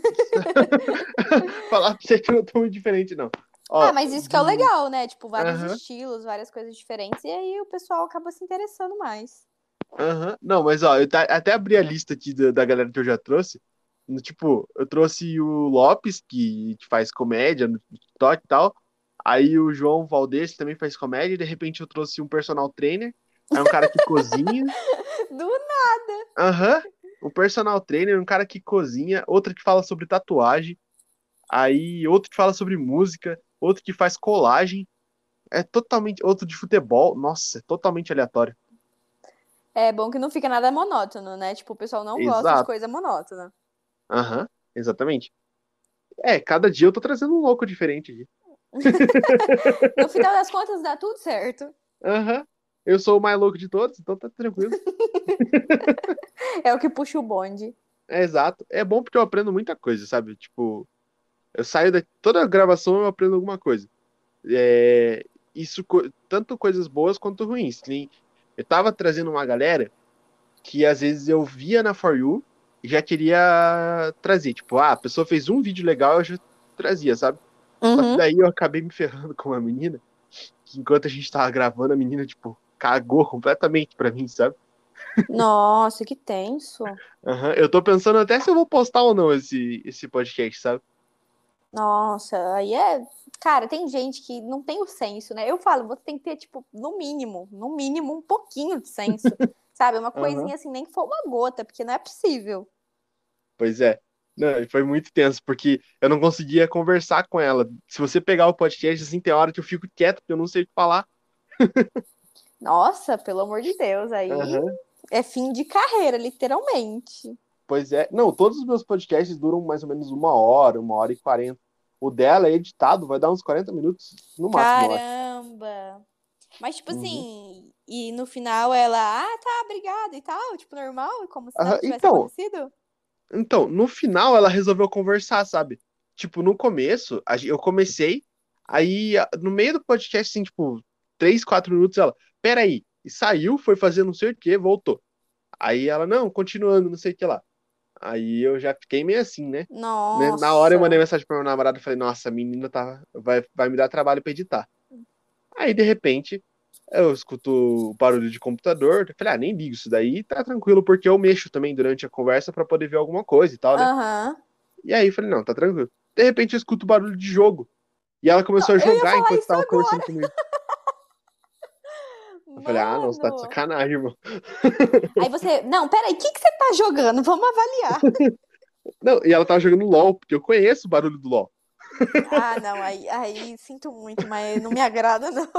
Falar pra você que eu não tô muito diferente, não. Ah, Ó, mas isso que é o de. legal, né? Tipo, vários Aham, estilos, várias coisas diferentes, e aí o pessoal acaba se interessando mais. aham. Não, mas ó, eu ta- até abri a lista aqui da, da galera que eu já trouxe. No, Tipo, eu trouxe o Lopes, que faz comédia no TikTok e tal. Aí o João Valdez que também faz comédia. E de repente eu trouxe um personal trainer. Aí um cara que cozinha. Do Aham. Um personal trainer, um cara que cozinha. Outro que fala sobre tatuagem. Aí outro que fala sobre música. Outro que faz colagem. É totalmente. Outro de futebol. Nossa, é totalmente aleatório. É bom que não fica nada monótono, né? Tipo, o pessoal não gosta de Exato. coisa monótona. Aham, exatamente. É, cada dia eu tô trazendo um louco diferente aqui. No final das contas, dá tudo certo. Aham. Eu sou o mais louco de todos, então tá tranquilo. É o que puxa o bonde. É exato. É bom porque eu aprendo muita coisa, sabe? Tipo, eu saio da. Toda gravação eu aprendo alguma coisa. É, isso, co- tanto coisas boas quanto ruins. Que nem- Eu tava trazendo uma galera que às vezes eu via na For You e já queria trazer. Tipo, ah, a pessoa fez um vídeo legal, eu já trazia, sabe? Só que Uhum. daí eu acabei me ferrando com uma menina, que enquanto a gente tava gravando, a menina, tipo, cagou completamente pra mim, sabe? Nossa, que tenso. Aham. Eu tô pensando até se eu vou postar ou não esse, esse podcast, sabe? Nossa, aí é. Cara, tem gente que não tem o senso, né? Eu falo, você tem que ter, tipo, no mínimo, no mínimo, um pouquinho de senso. Sabe? Uma Aham. coisinha assim, nem que for uma gota, porque não é possível. Pois é. Não, e foi muito tenso, porque eu não conseguia conversar com ela. Se você pegar o podcast, assim, tem hora que eu fico quieto, porque eu não sei o que falar. Nossa, pelo amor de Deus, aí Aham. é fim de carreira, literalmente. Pois é. Não, todos os meus podcasts duram mais ou menos uma hora, uma hora e quarenta. O dela é editado, vai dar uns quarenta minutos, no máximo, eu acho. Caramba! Mas, tipo Uhum. assim, e no final ela, ah, tá, obrigada e tal, tipo, normal, como se Aham. nada tivesse Então, acontecido? Então, no final ela resolveu conversar, sabe? Tipo, no começo, a gen- eu comecei, aí a- no meio do podcast, assim, tipo, três, quatro minutos, ela, peraí, e saiu, foi fazer não sei o que, voltou. Aí ela, não, continuando, não sei o que lá. Aí eu já fiquei meio assim, né? Né? Na hora eu mandei Nossa. mensagem pra minha namorada e falei, nossa, a menina tá, vai, vai me dar trabalho pra editar. Aí, de repente, eu escuto o barulho de computador, eu falei, ah, nem ligo isso daí, tá tranquilo, porque eu mexo também durante a conversa pra poder ver alguma coisa e tal, né? Aham. E aí eu falei, não, tá tranquilo. De repente eu escuto barulho de jogo. E ela Não, começou a eu ia jogar falar enquanto isso tava conversando agora. comigo. Eu falei, ah, não, você tá de Mano. sacanagem, irmão. Aí você, não, peraí, o que que você tá jogando? Vamos avaliar. Não, e ela tava jogando LOL, porque eu conheço o barulho do LOL. Ah, não, aí, aí sinto muito, mas não me agrada, não.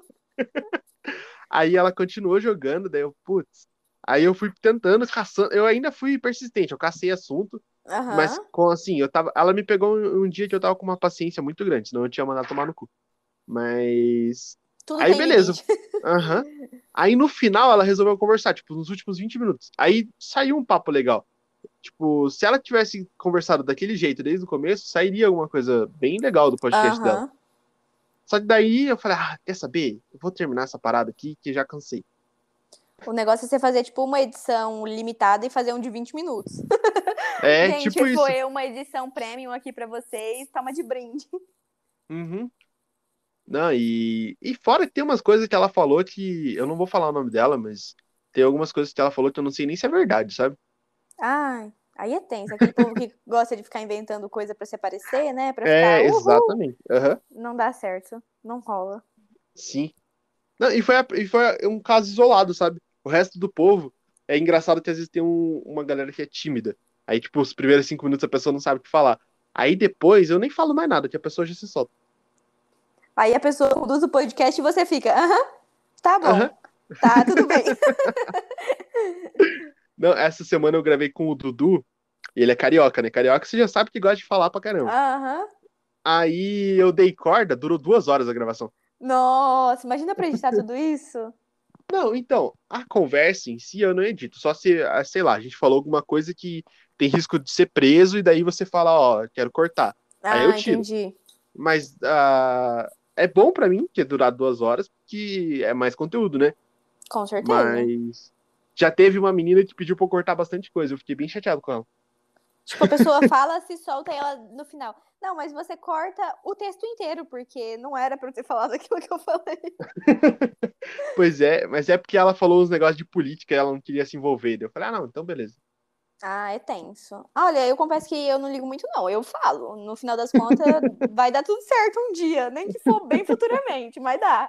Aí ela continuou jogando, daí eu, putz. Aí eu fui tentando, caçando. Eu ainda fui persistente, eu cacei assunto, mas Aham. com assim, eu tava. Ela me pegou um, um dia que eu tava com uma paciência muito grande, senão eu tinha mandado tomar no cu. Mas. Tudo Aí tem beleza. limite. Aham. Aí no final ela resolveu conversar, tipo, nos últimos vinte minutos. Aí saiu um papo legal. Tipo, se ela tivesse conversado daquele jeito desde o começo, sairia alguma coisa bem legal do podcast dela. Aham. Só que daí eu falei, ah, quer saber? Eu vou terminar essa parada aqui que já cansei. O negócio é você fazer, tipo, uma edição limitada e fazer um de vinte minutos. É, Gente, tipo isso. foi uma edição premium aqui pra vocês. Toma de brinde. Uhum. Não, e, e fora que tem umas coisas que ela falou que eu não vou falar o nome dela, mas tem algumas coisas que ela falou que eu não sei nem se é verdade, sabe? Ai, aí é tenso. Aquele povo que gosta de ficar inventando coisa pra se aparecer, né? Pra ficar, É, uhul, exatamente. Aham. não dá certo. Não rola. Sim. Não, e foi, a- e foi um caso isolado, sabe? O resto do povo é engraçado que às vezes tem um- uma galera que é tímida. Aí, tipo, os primeiros cinco minutos a pessoa não sabe o que falar. Aí depois eu nem falo mais nada, que a pessoa já se solta. Aí a pessoa conduz o podcast e você fica, aham, tá bom, Aham. tá, tudo bem. Não, essa semana eu gravei com o Dudu, e ele é carioca, né? Carioca você já sabe que gosta de falar pra caramba. Aham. Aí eu dei corda, durou duas horas a gravação. Nossa, imagina pra editar tudo isso. Não, então, a conversa em si eu não edito, só se, ah, sei lá, a gente falou alguma coisa que tem risco de ser preso, e daí você fala, ó, quero cortar. Aí eu Ah, tiro. entendi. Mas ah, é bom pra mim que durar duas horas, porque é mais conteúdo, né? Com certeza. Mas já teve uma menina que pediu pra eu cortar bastante coisa, eu fiquei bem chateado com ela. Tipo, a pessoa fala, se solta e ela no final. Não, mas você corta o texto inteiro, porque não era pra eu ter falado aquilo que eu falei. Pois é, mas é porque ela falou uns negócios de política e ela não queria se envolver. Daí eu falei, ah, não, então beleza. Ah, é tenso. Olha, eu confesso que eu não ligo muito, não. Eu falo. No final das contas, vai dar tudo certo um dia. Nem que for bem futuramente, mas dá.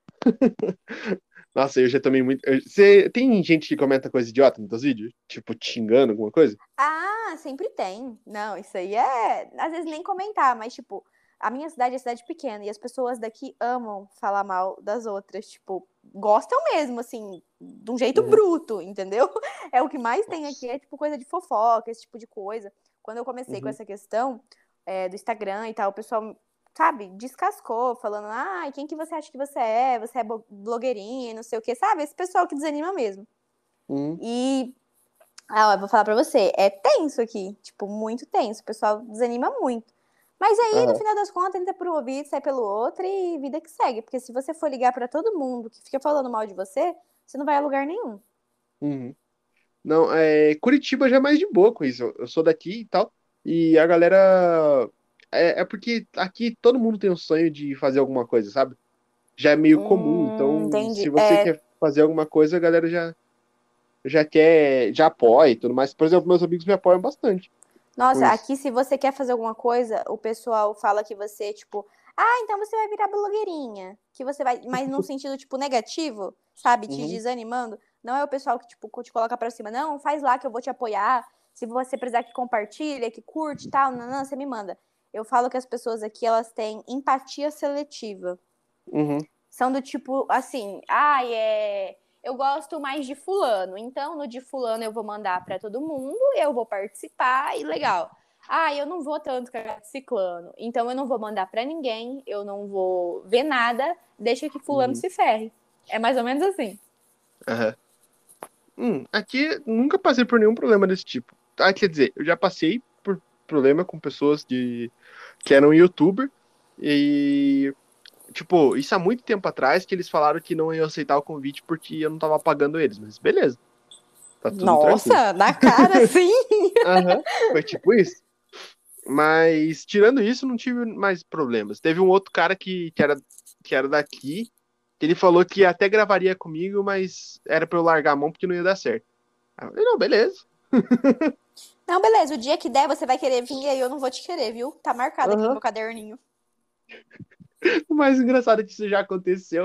Nossa, eu já tomei muito. eu- Você tem gente que comenta coisa idiota nos teus vídeos? Tipo, te xingando, alguma coisa? Ah, sempre tem. Não, isso aí é. Às vezes nem comentar, mas, tipo, a minha cidade é cidade pequena e as pessoas daqui amam falar mal das outras. Tipo, gostam mesmo, assim, de um jeito Uhum. bruto, entendeu? É o que mais tem aqui, Nossa. é, tipo, coisa de fofoca, esse tipo de coisa. Quando eu comecei com Uhum. essa questão é, do Instagram e tal, o pessoal, sabe, descascou, falando, ah, quem que você acha que você é? Você é bo- blogueirinha, e não sei o quê, sabe? Esse pessoal que desanima mesmo. Uhum. E ah, eu vou falar pra você, é tenso aqui, tipo, muito tenso, o pessoal desanima muito. Mas aí, no Aham. final das contas, entra por um ouvido, sai pelo outro e vida que segue. Porque se você for ligar pra todo mundo que fica falando mal de você, você não vai a lugar nenhum. Uhum. Não, é, Curitiba já é mais de boa com isso. Eu eu sou daqui e tal. E a galera. É, é porque aqui todo mundo tem um sonho de fazer alguma coisa, sabe? Já é meio comum. Hum, Então, se entendi. você É, quer fazer alguma coisa, a galera já, já quer, já apoia e tudo mais. Por exemplo, meus amigos me apoiam bastante com nossa, isso. aqui se você quer fazer alguma coisa, o pessoal fala que você, tipo, ah, então você vai virar blogueirinha. Que você vai, mas num sentido, tipo, negativo, sabe? Te Uhum, desanimando. Não é o pessoal que, tipo, te coloca pra cima. Não, faz lá que eu vou te apoiar. Se você precisar que compartilha, que curte e tal, não, não, você me manda. Eu falo que as pessoas aqui, elas têm empatia seletiva. uhum, São do tipo, assim, ai, é... eu gosto mais de fulano, então no de fulano eu vou mandar pra todo mundo, eu vou participar e legal. Ah, eu não vou tanto com a de ciclano, então eu não vou mandar pra ninguém, eu não vou ver nada, deixa que fulano uhum, se ferre. É mais ou menos assim. aham. Hum, aqui nunca passei por nenhum problema desse tipo. Ah, quer dizer, eu já passei por problema com pessoas de que eram youtuber e tipo, isso há muito tempo atrás que eles falaram que não iam aceitar o convite porque eu não tava pagando eles, mas beleza, tá tudo tranquilo. Nossa, na cara, sim! Aham, foi tipo isso. Mas tirando isso, não tive mais problemas. Teve um outro cara que, que era que era daqui, que ele falou que até gravaria comigo, mas era pra eu largar a mão porque não ia dar certo. Aí eu falei, não, beleza. Não, beleza, o dia que der você vai querer vir e aí eu não vou te querer, viu? Tá marcado aqui no Aham. meu caderninho. O mais engraçado é que isso já aconteceu.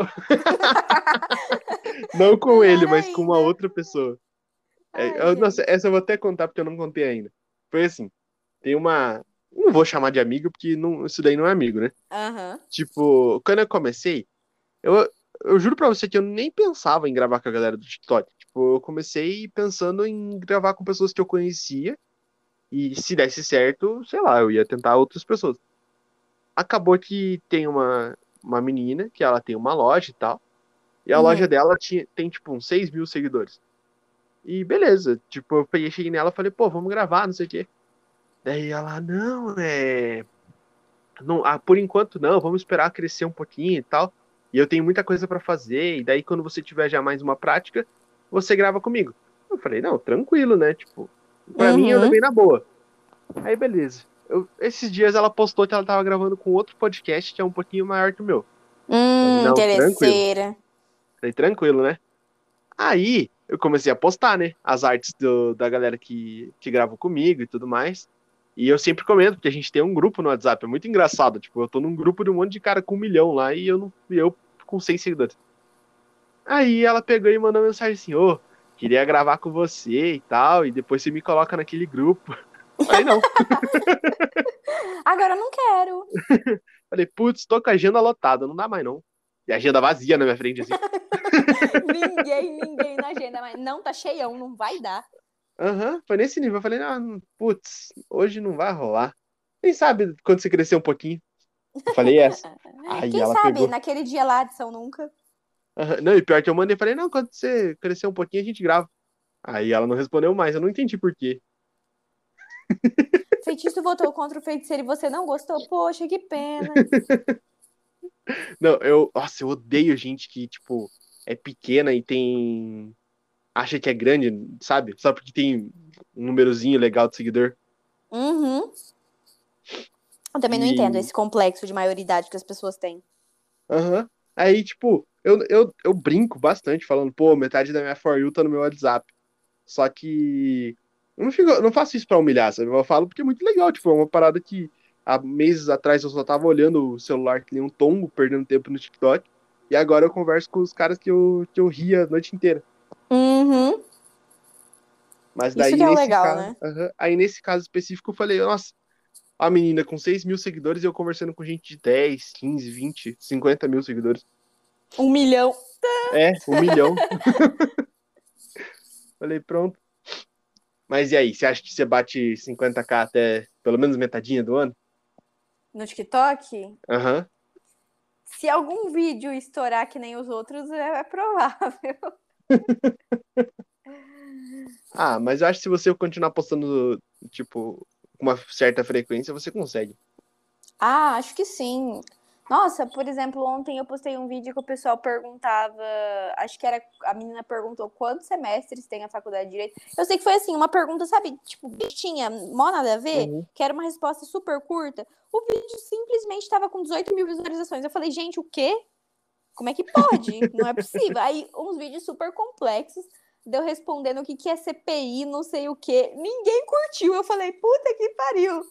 Não com ele, Melhor mas com uma ainda. outra pessoa. É, Ai, eu- nossa, gente. essa eu vou até contar porque eu não contei ainda. Foi assim, tem uma. Não vou chamar de amigo, porque não, isso daí não é amigo, né? Aham. Tipo, quando eu comecei, eu, eu juro pra você que eu nem pensava em gravar com a galera do TikTok. Tipo, eu comecei pensando em gravar com pessoas que eu conhecia. E se desse certo, sei lá, eu ia tentar outras pessoas. Acabou que tem uma, uma menina que ela tem uma loja e tal. E a loja Uhum. dela tinha, tem, tipo, uns seis mil seguidores. E beleza, tipo, eu peguei, cheguei nela e falei, pô, vamos gravar, não sei o quê. Daí ela, não, é. Não, ah, por enquanto não, vamos esperar crescer um pouquinho e tal. E eu tenho muita coisa pra fazer. E daí, quando você tiver já mais uma prática, você grava comigo. Eu falei, não, tranquilo, né? Tipo, pra mim eu Uhum. levei na boa. Aí, beleza. Eu- esses dias ela postou que ela tava gravando com outro podcast que é um pouquinho maior que o meu. Falei, Hum, não, tranquilo. interesseira. Falei, tranquilo, né? Aí eu comecei a postar, né? As artes do- da galera que, que grava comigo e tudo mais. E eu sempre comento, porque a gente tem um grupo no WhatsApp, é muito engraçado. Tipo, eu tô num grupo de um monte de cara com um milhão lá e eu não, e eu com cem seguidores. Aí ela pegou e mandou mensagem assim: ô, queria gravar com você e tal, e depois você me coloca naquele grupo. Falei, não. Agora eu não quero. Falei, putz, tô com a agenda lotada, não dá mais não. E a agenda vazia na minha frente, assim. Ninguém, ninguém na agenda, mas não tá cheião, não vai dar. Aham, foi nesse nível. Eu falei, ah, putz, hoje não vai rolar. Quem sabe quando você crescer um pouquinho? Eu falei essa. Aí Quem ela sabe, pegou. naquele dia lá de São Nunca. Aham, não, e pior que eu mandei, falei, não, quando você crescer um pouquinho a gente grava. Aí ela não respondeu mais, eu não entendi por quê. Feitiço votou contra o feiticeiro e você não gostou? Poxa, que pena. Não, eu, nossa, eu odeio gente que, tipo, é pequena e tem. Acha que é grande, sabe? Só porque tem um númerozinho legal de seguidor. Uhum. Eu também não entendo E. esse complexo de maioridade que as pessoas têm. Aham. Aí, tipo, eu, eu, eu brinco bastante falando, pô, metade da minha For You tá no meu WhatsApp. Só que eu não, fico, eu não faço isso pra humilhar, sabe? Eu falo porque é muito legal, tipo, é uma parada que há meses atrás eu só tava olhando o celular que nem um tombo, perdendo tempo no TikTok, e agora eu converso com os caras que eu, que eu ria a noite inteira. Uhum. Mas Isso que daí, é o nesse legal, caso, né? aham, aí nesse caso específico, eu falei, nossa, a menina com seis mil seguidores e eu conversando com gente de dez, quinze, vinte, cinquenta mil seguidores. Um milhão É, um milhão. Falei, pronto. Mas e aí, você acha que você bate cinquenta k até pelo menos metadinha do ano? no TikTok. Aham. Se algum vídeo estourar que nem os outros, é, é provável. Ah, mas eu acho que se você continuar postando, tipo, com uma certa frequência, você consegue. Ah, acho que sim. Nossa, por exemplo, ontem eu postei um vídeo que o pessoal perguntava, acho que era, a menina perguntou quantos semestres tem a faculdade de Direito. Eu sei que foi assim, uma pergunta, sabe, tipo, tinha mó nada a ver, Uhum. que era uma resposta super curta. O vídeo simplesmente estava com dezoito mil visualizações. Eu falei, gente, o quê? Como é que pode? Não é possível. Aí, uns vídeos super complexos, deu respondendo o que, que é C P I, não sei o quê. Ninguém curtiu. Eu falei, puta que pariu.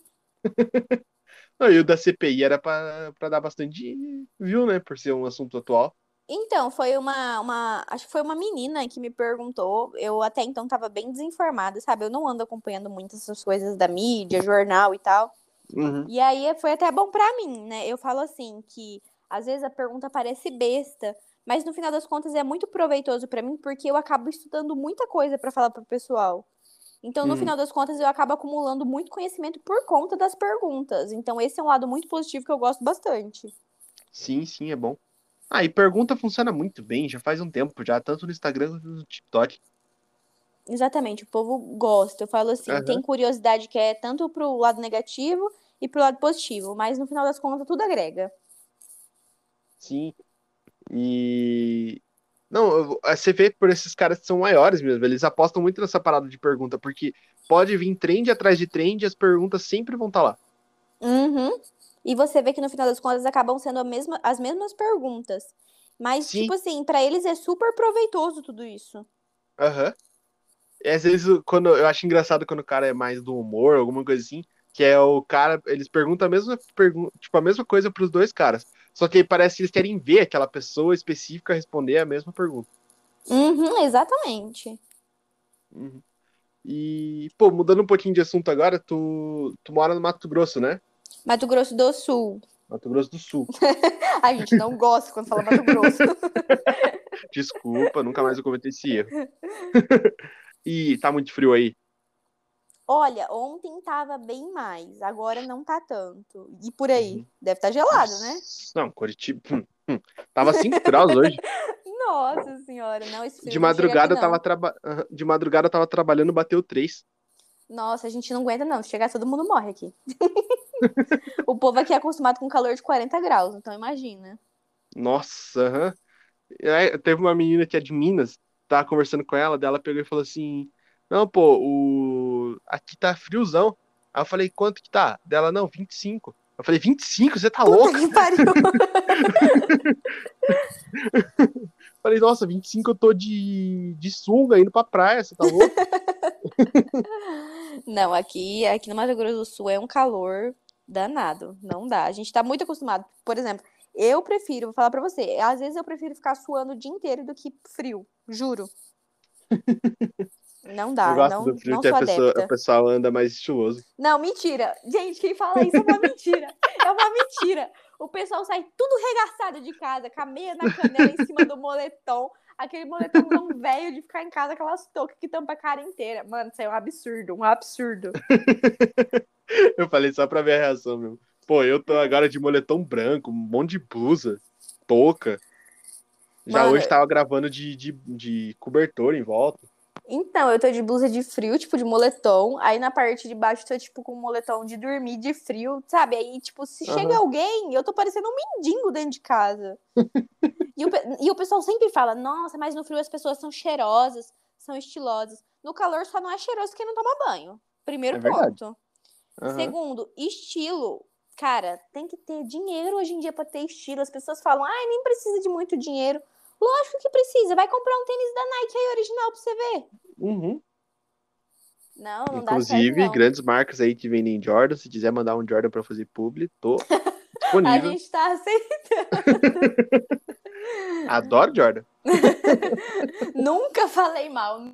Não, e o da C P I era pra, pra dar bastante view, né? Por ser um assunto atual. Então, foi uma, uma. Acho que foi uma menina que me perguntou. Eu até então tava bem desinformada, sabe? Eu não ando acompanhando muito essas coisas da mídia, jornal e tal. Uhum. E aí foi até bom pra mim, né? Eu falo assim que às vezes a pergunta parece besta, mas no final das contas é muito proveitoso pra mim porque eu acabo estudando muita coisa pra falar pro pessoal. Então, no Uhum. final das contas, eu acabo acumulando muito conhecimento por conta das perguntas. Então, esse é um lado muito positivo que eu gosto bastante. Sim, sim, é bom. Ah, e pergunta funciona muito bem, já faz um tempo já, tanto no Instagram quanto no TikTok. Exatamente, o povo gosta. Eu falo assim, tem Aham. curiosidade que é tanto pro lado negativo e pro lado positivo, mas no final das contas tudo agrega. Sim. E. Não, eu- você vê por esses caras que são maiores mesmo, eles apostam muito nessa parada de pergunta, porque pode vir trend atrás de trend e as perguntas sempre vão estar lá. Uhum. E você vê que no final das contas acabam sendo a mesma, as mesmas perguntas. Mas, Sim, tipo assim, pra eles é super proveitoso tudo isso. aham. E às vezes, quando eu acho engraçado quando o cara é mais do humor, alguma coisa assim, que é o cara, eles perguntam a mesma pergunta, tipo, a mesma coisa pros dois caras. Só que aí parece que eles querem ver aquela pessoa específica responder a mesma pergunta. Uhum, exatamente. Uhum. E, pô, mudando um pouquinho de assunto agora, tu, tu mora no Mato Grosso, né? Mato Grosso do Sul. Mato Grosso do Sul. A gente não gosta quando fala Mato Grosso. Desculpa, nunca mais eu cometer esse erro. E tá muito frio aí. Olha, ontem tava bem mais, agora não tá tanto. E por aí? Uhum. Deve estar gelado, né? Nossa, não, Curitiba. hum, hum. Tava cinco graus hoje. Nossa senhora, não, esse De frio não chega aqui, madrugada eu tava não. traba... aham, de madrugada eu tava trabalhando, bateu três. Nossa, a gente não aguenta, não. Se chegar, todo mundo morre aqui. O povo aqui é acostumado com calor de quarenta graus, então imagina. Nossa, aham. Aí, teve uma menina que é de Minas, tava conversando com ela, dela pegou e falou assim: Não, pô, o... aqui tá friozão. Aí eu falei: Quanto que tá? Dela, não, vinte e cinco. Eu falei: vinte e cinco? Você tá Puta louca? que pariu. Falei: Nossa, vinte e cinco eu tô de, de sunga indo pra praia, você tá louca? Não, aqui, aqui no Mato Grosso do Sul é um calor danado. Não dá. A gente tá muito acostumado. Por exemplo, eu prefiro, vou falar pra você, às vezes eu prefiro ficar suando o dia inteiro do que frio. Juro. Não Eu dá. gosto Não, do frio não que a sou pessoa, a adepta. pessoa anda mais estiloso. Não, mentira. Gente, quem fala isso é uma mentira. É uma mentira. O pessoal sai tudo regaçado de casa, com a meia na canela em cima do moletom. Aquele moletomzão velho de ficar em casa, aquelas toucas que tampa a cara inteira. Mano, isso aí é um absurdo, um absurdo. Eu falei só pra ver a reação, meu. Pô, eu tô agora de moletom branco, um monte de blusa, touca. Já Mano, hoje tava gravando de, de, de cobertor em volta. então, eu tô de blusa de frio, tipo, de moletom. Aí na parte de baixo tô, tipo, com moletom de dormir de frio, sabe? Aí, tipo, se chega Aham. alguém, eu tô parecendo um mendigo dentro de casa. E o, pe- e o pessoal sempre fala, nossa, mas no frio as pessoas são cheirosas, são estilosas. No calor só não é cheiroso quem não toma banho. Primeiro É verdade. ponto. Aham. Segundo, estilo. Cara, tem que ter dinheiro hoje em dia pra ter estilo. As pessoas falam, ai, nem precisa de muito dinheiro. Lógico que precisa. Vai comprar um tênis da Nike aí original pra você ver. Uhum. Não, não dá certo, Inclusive, não. grandes marcas aí que vendem Jordan, se quiser mandar um Jordan pra fazer publi, tô A disponível. gente tá aceitando. Adoro Jordan. Nunca falei mal.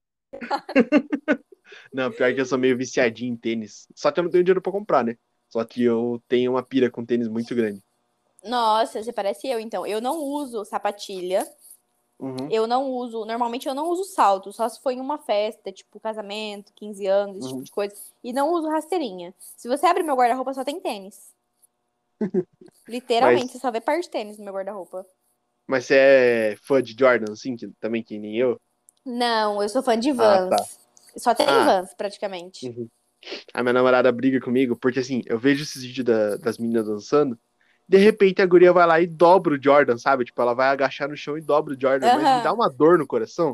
Não, pior que eu sou meio viciadinho em tênis. Só que eu não tenho dinheiro pra comprar, né? Só que eu tenho uma pira com tênis muito grande. Nossa, você parece eu, então. Eu não uso sapatilha. Uhum, Eu não uso. Normalmente eu não uso salto, só se for em uma festa, tipo casamento, quinze anos, esse tipo uhum. de coisa. E não uso rasteirinha. Se você abre meu guarda-roupa, só tem tênis. Literalmente, você Mas, só vê par de tênis no meu guarda-roupa. mas você é fã de Jordan, assim, que, também que nem eu? Não, eu sou fã de Ah, tá. Vans. Só tem Ah, Vans, praticamente. uhum. A minha namorada briga comigo, porque assim, eu vejo esses vídeos da- das meninas dançando, de repente a guria vai lá e dobra o Jordan, sabe? Tipo, ela vai agachar no chão e dobra o Jordan, mas me dá Aham. uma dor no coração.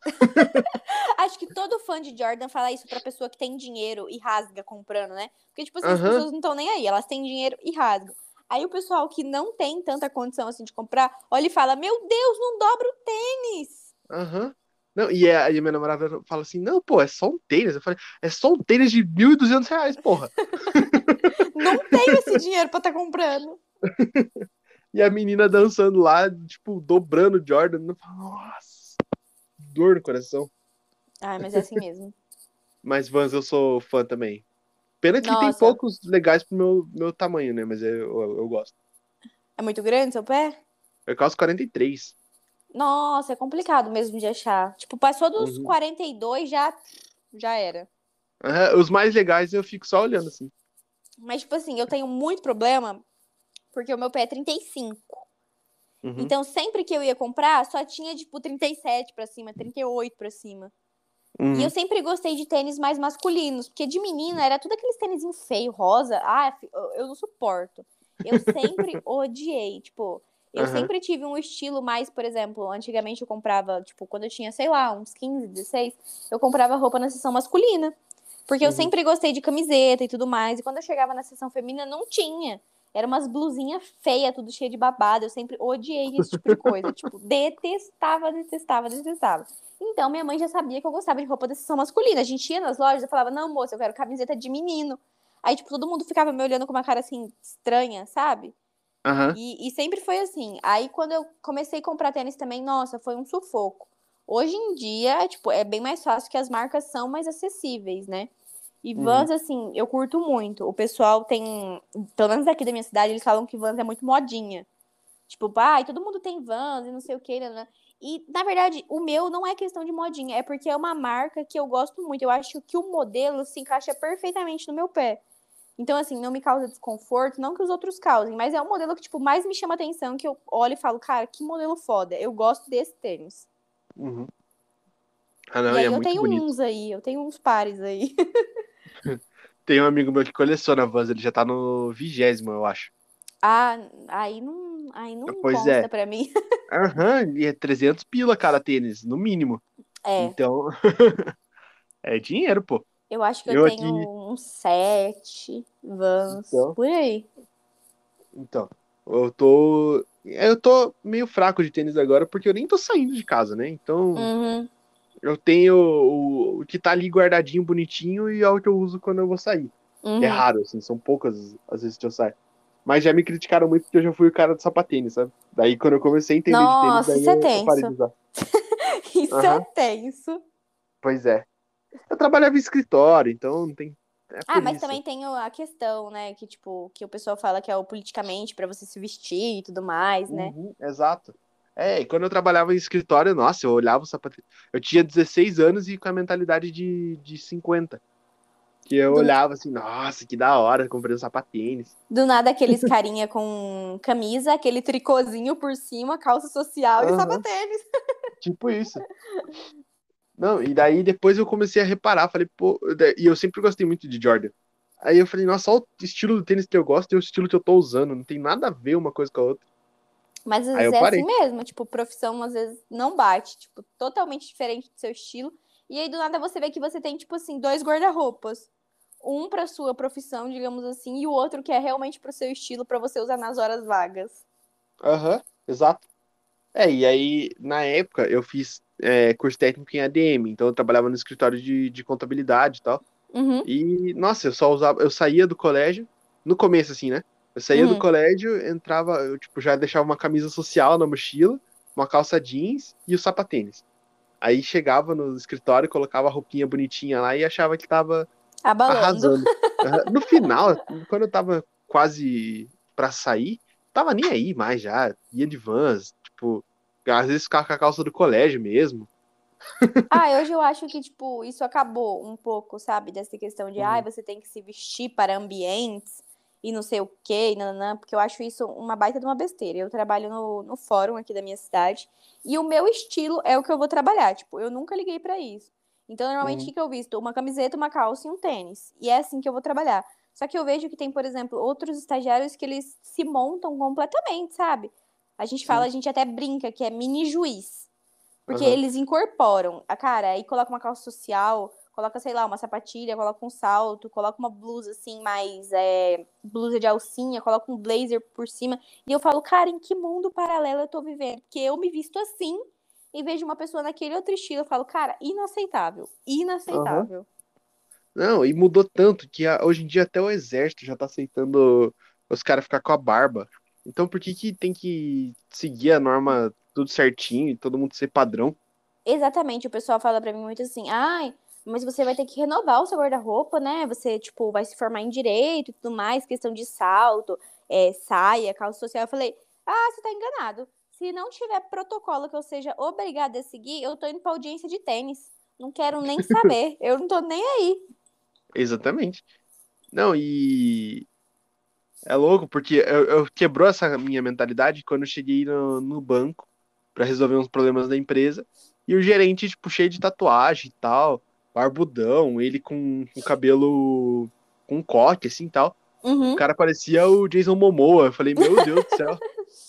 Acho que todo fã de Jordan fala isso pra pessoa que tem dinheiro e rasga comprando, né? Porque, tipo assim, as Aham, pessoas não estão nem aí, elas têm dinheiro e rasgam. Aí o pessoal que não tem tanta condição assim de comprar, olha e fala: Meu Deus, não dobra o tênis! aham. Não, e a, e a minha namorada fala assim, não, pô, é só um tênis. Eu falei, é só um tênis de mil e duzentos reais, porra. Não tenho esse dinheiro pra estar tá comprando. E a menina dançando lá, tipo, dobrando o Jordan. Eu falo, nossa, dor no coração. Ai, mas é assim mesmo. Mas Vans eu sou fã também. Pena que tem Nossa, poucos legais pro meu, meu tamanho, né? Mas eu, eu, eu gosto. é muito grande seu pé? Eu calço quarenta e três. Nossa, é complicado mesmo de achar. Tipo, passou dos Uhum. quarenta e dois, já, já era. Aham, os mais legais eu fico só olhando assim. Mas, tipo assim, eu tenho muito problema porque o meu pé é trinta e cinco. Uhum, Então, sempre que eu ia comprar, só tinha, tipo, trinta e sete pra cima, trinta e oito pra cima. E eu uhum, sempre gostei de tênis mais masculinos, porque de menina era tudo aqueles tênis feio, rosa. Ah, fi- eu eu não suporto. Eu sempre odiei, tipo, eu aham, sempre tive um estilo mais, por exemplo, antigamente eu comprava, tipo, quando eu tinha, sei lá, uns quinze, dezesseis, eu comprava roupa na seção masculina. Porque eu uhum, sempre gostei de camiseta e tudo mais. E quando eu chegava na seção feminina, não tinha. Era umas blusinhas feias, tudo cheio de babado. Eu sempre odiei esse tipo de coisa. Tipo, detestava, detestava, detestava. Então, minha mãe já sabia que eu gostava de roupa da seção masculina. A gente ia nas lojas e falava, não, moça, eu quero camiseta de menino. Aí, tipo, todo mundo ficava me olhando com uma cara, assim, estranha, sabe? aham, E, e sempre foi assim. Aí, quando eu comecei a comprar tênis também, nossa, foi um sufoco. Hoje em dia, tipo, é bem mais fácil que as marcas são mais acessíveis, né? E uhum, Vans, assim, eu curto muito. O pessoal tem, pelo menos aqui da minha cidade, eles falam que Vans é muito modinha. Tipo, pai, todo mundo tem Vans e não sei o que, né? E, na verdade, o meu não é questão de modinha, é porque é uma marca que eu gosto muito. Eu acho que o modelo se encaixa perfeitamente no meu pé. Então, assim, não me causa desconforto, não que os outros causem, mas é o modelo que, tipo, mais me chama atenção, que eu olho e falo, cara, que modelo foda. Eu gosto desse tênis. uhum. Ah, E não, e é aí eu muito tenho bonito. uns aí, eu tenho uns pares aí. Tem um amigo meu que coleciona Vans, ele já tá no vigésimo, eu acho. Ah, aí não, aí não Pois consta é. pra mim. Aham, e é trezentos pila cada tênis, no mínimo. É, Então, é dinheiro, pô. eu acho que eu Eu tenho aqui, uns sete Vans, então, por aí. então, eu tô, eu tô meio fraco de tênis agora porque eu nem tô saindo de casa, né? Então, Uhum, eu tenho o, o que tá ali guardadinho, bonitinho e é o que eu uso quando eu vou sair. Que é uhum. raro, assim, são poucas as vezes que eu saio. Mas já me criticaram muito porque eu já fui o cara do sapatênis, sabe? Daí quando eu comecei a entender de tênis, Nossa, daí isso é eu, eu parei tenso. de usar. Isso é Aham, tenso. pois é. Eu trabalhava em escritório, então não tem. É Ah, por mas isso. também tem o- a questão, né, que tipo, que o pessoal fala que é o politicamente pra você se vestir e tudo mais, né? Uhum, exato. É, e quando eu trabalhava em escritório, nossa, eu olhava o sapato. Eu tinha dezesseis anos e com a mentalidade de, de cinquenta. Que eu Do, olhava assim, nossa, que da hora, comprei um sapatênis. do nada aqueles carinha com camisa, aquele tricôzinho por cima, calça social e Aham, sapatênis. tipo isso. Não, e daí depois eu comecei a reparar, falei, pô, da- e eu sempre gostei muito de Jordan. Aí eu falei, nossa, olha o estilo do tênis que eu gosto e o estilo que eu tô usando, não tem nada a ver uma coisa com a outra. Mas às Aí vezes eu é assim parei. mesmo, tipo, profissão às vezes não bate, tipo, totalmente diferente do seu estilo. E aí do nada você vê que você tem, tipo assim, dois guarda-roupas. Um pra sua profissão, digamos assim, e o outro que é realmente pro seu estilo, pra você usar nas horas vagas. Aham, exato. É, e aí, na época, eu fiz é, curso técnico em A D M, então eu trabalhava no escritório de, de contabilidade e tal. Uhum, E, nossa, eu só usava, eu saía do colégio, no começo, assim, né? Eu saía do uhum. colégio, entrava, eu, tipo, já deixava uma camisa social na mochila, uma calça jeans e o sapatênis. Aí chegava no escritório, colocava a roupinha bonitinha lá e achava que tava Abalando. arrasando. Aham. No final, quando eu tava quase pra sair, tava nem aí mais já. Ia de Vans, tipo, às vezes ficava com a calça do colégio mesmo. Ah, hoje eu acho que, tipo, isso acabou um pouco, sabe? Dessa questão de, ai, Uhum, você tem que se vestir para ambientes e não sei o quê, e nananã, porque eu acho isso uma baita de uma besteira. Eu trabalho no, no fórum aqui da minha cidade e o meu estilo é o que eu vou trabalhar. Tipo, eu nunca liguei pra isso. Então, normalmente, o uhum, que que eu visto? Uma camiseta, uma calça e um tênis. E é assim que eu vou trabalhar. Só que eu vejo que tem, por exemplo, outros estagiários que eles se montam completamente, sabe? A gente fala, sim. a gente até brinca que é mini juiz. Porque Aham, eles incorporam a cara, aí coloca uma calça social, coloca, sei lá, uma sapatilha, coloca um salto, coloca uma blusa assim, mais é, blusa de alcinha, coloca um blazer por cima. E eu falo, cara, em que mundo paralelo eu tô vivendo? Porque eu me visto assim e vejo uma pessoa naquele outro estilo. Eu falo, cara, inaceitável. aham. Inaceitável. Não, e mudou tanto que a- hoje em dia até o exército já tá aceitando os caras ficar com a barba. Então por que que tem que seguir a norma tudo certinho e todo mundo ser padrão? Exatamente, o pessoal fala pra mim muito assim, ai, mas você vai ter que renovar o seu guarda-roupa, né? Você, tipo, vai se formar em direito e tudo mais, questão de salto, é, saia, calça social. Eu falei, ah, você tá enganado. Se não tiver protocolo que eu seja obrigada a seguir, eu tô indo pra audiência de tênis. Não quero nem saber. Eu não tô nem aí. Exatamente. Não, e é louco, porque eu, eu quebrou essa minha mentalidade quando eu cheguei no, no banco pra resolver uns problemas da empresa. E o gerente, tipo, cheio de tatuagem e tal, barbudão, ele com o cabelo com coque, assim e tal. O Uhum. cara parecia o Jason Momoa. Eu falei, meu Deus do céu.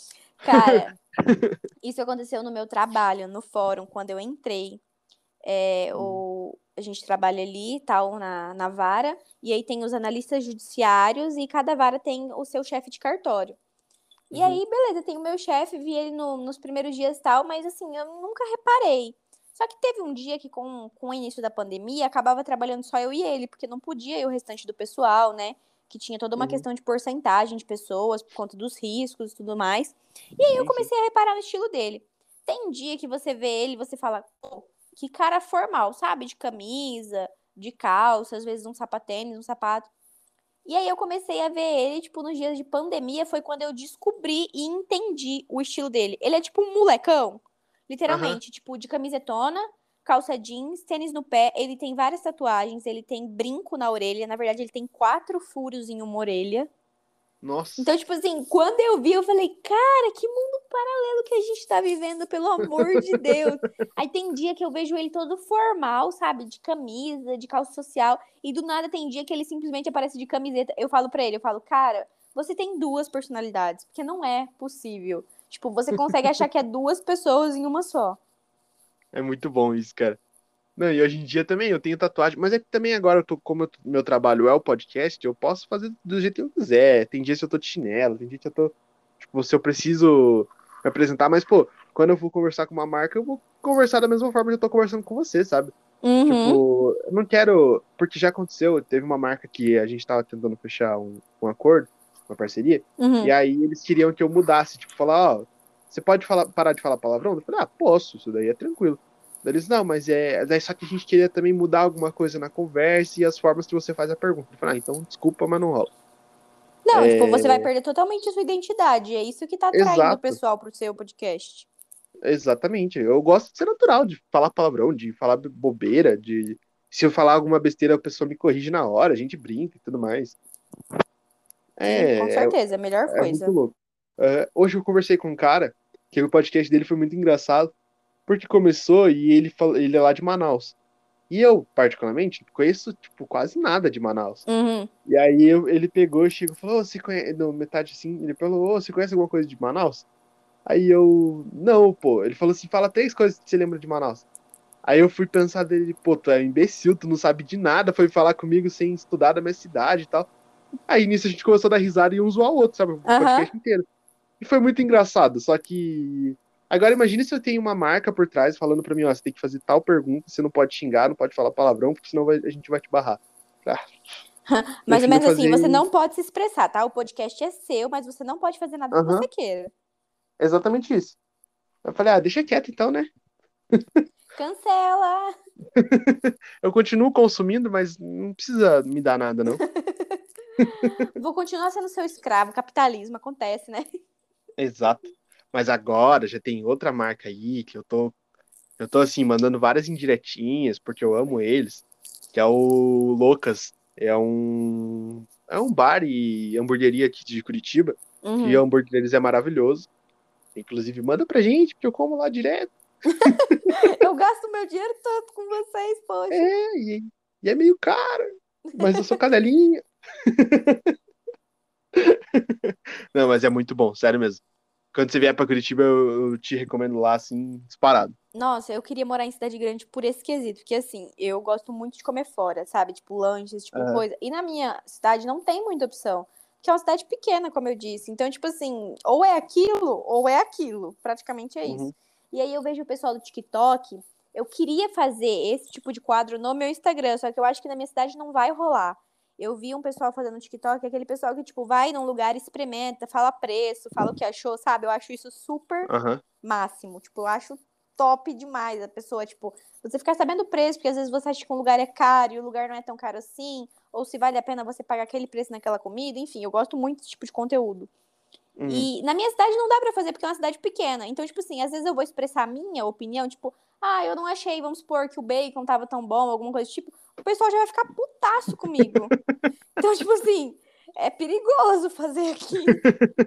Cara, isso aconteceu no meu trabalho, no fórum, quando eu entrei. É, o, a gente trabalha ali e tal na, na vara, e aí tem os analistas judiciários e cada vara tem o seu chefe de cartório. E Uhum, aí, beleza, tem o meu chefe, vi ele no- nos primeiros dias e tal, mas assim, eu nunca reparei. Só que teve um dia que, com, com o início da pandemia, acabava trabalhando só eu e ele, porque não podia ir o restante do pessoal, né? Que tinha toda uma uhum. questão de porcentagem de pessoas por conta dos riscos e tudo mais. E aí eu Sim, sim. comecei a reparar no estilo dele. Tem um dia que você vê ele e você fala, pô, que cara formal, sabe? De camisa, de calça, às vezes um sapatênis, um sapato. E aí eu comecei a ver ele, tipo, nos dias de pandemia, foi quando eu descobri e entendi o estilo dele. Ele é tipo um molecão, Aham. literalmente, tipo, de camisetona, calça jeans, tênis no pé, ele tem várias tatuagens, ele tem brinco na orelha, na verdade ele tem quatro furos em uma orelha. Nossa. Então, tipo assim, quando eu vi, eu falei, cara, que mundo paralelo que a gente tá vivendo, pelo amor de Deus. Aí tem dia que eu vejo ele todo formal, sabe? De camisa, de calça social, e do nada tem dia que ele simplesmente aparece de camiseta. Eu falo pra ele, eu falo, cara, você tem duas personalidades, porque não é possível. Tipo, você consegue achar que é duas pessoas em uma só. É muito bom isso, cara. Não, e hoje em dia também eu tenho tatuagem, mas é que também agora, eu tô, como eu tô- meu trabalho é o podcast, eu posso fazer do jeito que eu quiser. Tem dias que eu tô de chinelo, tem dia que eu tô. Tipo, se eu preciso me apresentar, mas, pô, quando eu vou conversar com uma marca, eu vou conversar da mesma forma que eu tô conversando com você, sabe? Uhum, Tipo, eu não quero. Porque já aconteceu, teve uma marca que a gente tava tentando fechar um, um acordo, uma parceria, e uhum. aí eles queriam que eu mudasse, tipo, falar, ó, você pode falar, parar de falar palavrão? Eu falei, ah, posso, isso daí é tranquilo. Eles, não, mas é. Daí só que a gente queria também mudar alguma coisa na conversa e as formas que você faz a pergunta. Eu falei, ah, então desculpa, mas não rola. Não, tipo, você vai É, perder totalmente a sua identidade. É isso que tá atraindo o exato, pessoal pro seu podcast. exatamente. Eu gosto de ser natural, de falar palavrão, de falar bobeira, de. Se eu falar alguma besteira, a pessoa me corrige na hora, a gente brinca e tudo mais. Sim, com É, é, certeza, é a melhor é muito coisa. louco. É, hoje eu conversei com um cara que o podcast dele foi muito engraçado, porque começou e ele, fala, ele é lá de Manaus. E eu, particularmente, conheço, tipo, quase nada de Manaus. Uhum. E aí eu- ele pegou, chegou e falou, "Ô, você conhece, no metade assim, ele falou, "Ô, você conhece alguma coisa de Manaus?" Aí eu, não, pô. Ele falou assim, fala três coisas que você lembra de Manaus. Aí eu fui pensar dele, pô, tu é um imbecil, tu não sabe de nada, foi falar comigo sem estudar da minha cidade e tal. Aí nisso a gente começou a dar risada e um zoar o outro, sabe? O Aham. podcast inteiro. E foi muito engraçado, só que. Agora imagine se eu tenho uma marca por trás falando pra mim, ó, você tem que fazer tal pergunta, você não pode xingar, não pode falar palavrão, porque senão vai- a gente vai te barrar. Ah, Mais ou prefiro menos assim, fazer. você não pode se expressar, tá? O podcast é seu, mas você não pode fazer nada que você Aham, queira. exatamente isso. Eu falei, ah, deixa quieto então, né? Cancela! Eu continuo consumindo, mas não precisa me dar nada, não. Vou continuar sendo seu escravo. Capitalismo acontece, né? Exato. Mas agora já tem outra marca aí que eu tô, eu tô assim, mandando várias indiretinhas, porque eu amo eles, que é o Loucas. É um, é um bar e hamburgueria aqui de Curitiba, que o Uhum. hambúrguer deles é maravilhoso. Inclusive, manda pra gente, porque eu como lá direto. Eu gasto meu dinheiro todo com vocês, poxa. É, e, e é meio caro, mas eu sou cadelinha. Não, mas é muito bom, sério mesmo. Quando você vier pra Curitiba, eu, eu te recomendo lá, assim, disparado. Nossa, eu queria morar em cidade grande por esse quesito, porque assim, eu gosto muito de comer fora, sabe? Tipo, lanches, tipo Aham. coisa. E na minha cidade não tem muita opção, porque é uma cidade pequena, como eu disse. Então, tipo assim, ou é aquilo, ou é aquilo. Praticamente é isso. Uhum. E aí eu vejo o pessoal do TikTok, eu queria fazer esse tipo de quadro no meu Instagram, só que eu acho que na minha cidade não vai rolar. Eu vi um pessoal fazendo no TikTok, aquele pessoal que, tipo, vai num lugar, experimenta, fala preço, fala o que achou, sabe? Eu acho isso super Aham. máximo. Tipo, eu acho top demais a pessoa, tipo, você ficar sabendo o preço, porque às vezes você acha que um lugar é caro e o lugar não é tão caro assim, ou se vale a pena você pagar aquele preço naquela comida, enfim, eu gosto muito desse tipo de conteúdo. Uhum. E na minha cidade não dá pra fazer porque é uma cidade pequena. Então, tipo assim, às vezes eu vou expressar a minha opinião, tipo, ah, eu não achei, vamos supor, que o bacon tava tão bom, alguma coisa do tipo, o pessoal já vai ficar putaço comigo. Então, tipo assim, é perigoso fazer aqui.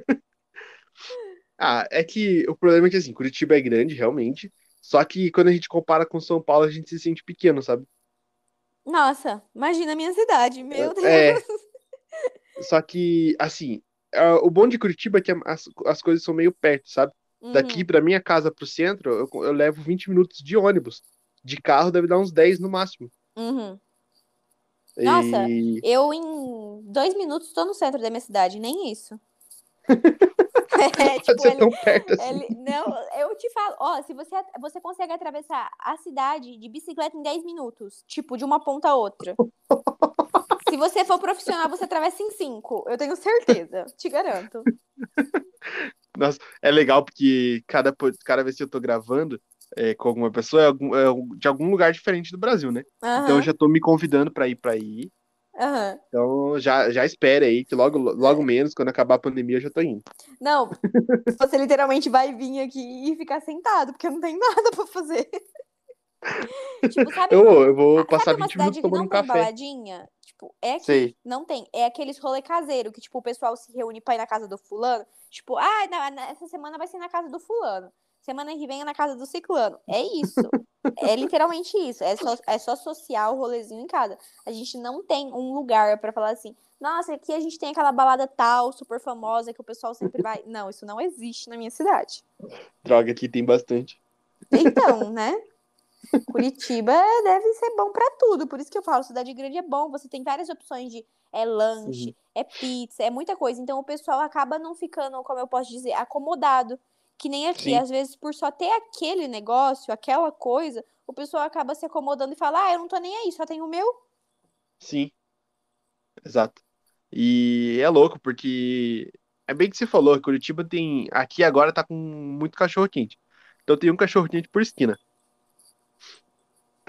Ah, é que o problema é que, assim, Curitiba é grande, realmente, só que quando a gente compara com São Paulo, a gente se sente pequeno, sabe? Nossa, imagina a minha cidade, meu É, Deus. só que, assim, é, o bom de Curitiba é que as, as coisas são meio perto, sabe? Daqui Uhum. pra minha casa pro centro, eu, eu levo vinte minutos de ônibus. De carro deve dar uns dez no máximo. Uhum. Nossa, E eu em dois minutos tô no centro da minha cidade, nem isso. É, pode tipo, ser ele, tão perto assim. ele, não, eu te falo, ó, se você, você consegue atravessar a cidade de bicicleta em dez minutos, tipo, de uma ponta a outra. Se você for profissional, você atravessa em cinco, eu tenho certeza, te garanto. Nossa, é legal porque cada, po- cada vez que eu tô gravando é, com alguma pessoa é, algum- é um- de algum lugar diferente do Brasil, né? Então eu Aham, já tô me convidando pra ir pra aí. aham. Então já, já espere aí, que logo, logo menos, quando acabar a pandemia, eu já tô indo. Não, você literalmente vai vir aqui e ficar sentado, porque não tem nada pra fazer. Tipo, sabe, Eu, eu vou ah, passar sabe uma vinte minutos cidade que tomando não um tem café. baladinha? Tipo, é aqui, Sei. não tem. É aqueles rolê caseiro, que, tipo, o pessoal se reúne pra ir na casa do fulano. Tipo, ah, na- na- essa semana vai ser na casa do fulano. Semana que vem é na casa do ciclano. É isso. É literalmente isso. É só, é só social, rolezinho em casa. A gente não tem um lugar pra falar assim, nossa, aqui a gente tem aquela balada tal, super famosa, que o pessoal sempre vai. Não, isso não existe na minha cidade. Droga, aqui tem bastante. Então, né? Curitiba deve ser bom pra tudo, por isso que eu falo, cidade grande é bom, você tem várias opções de é Uhum. lanche, é pizza, é muita coisa. Então o pessoal acaba não ficando, como eu posso dizer, acomodado. Que nem aqui, Sim, às vezes por só ter aquele negócio, aquela coisa, o pessoal acaba se acomodando e fala: "Ah, eu não tô nem aí, só tenho o meu". sim, exato. E é louco, porque é bem que você falou, Curitiba tem. Aqui agora tá com muito cachorro quente. Então tem um cachorro quente por esquina.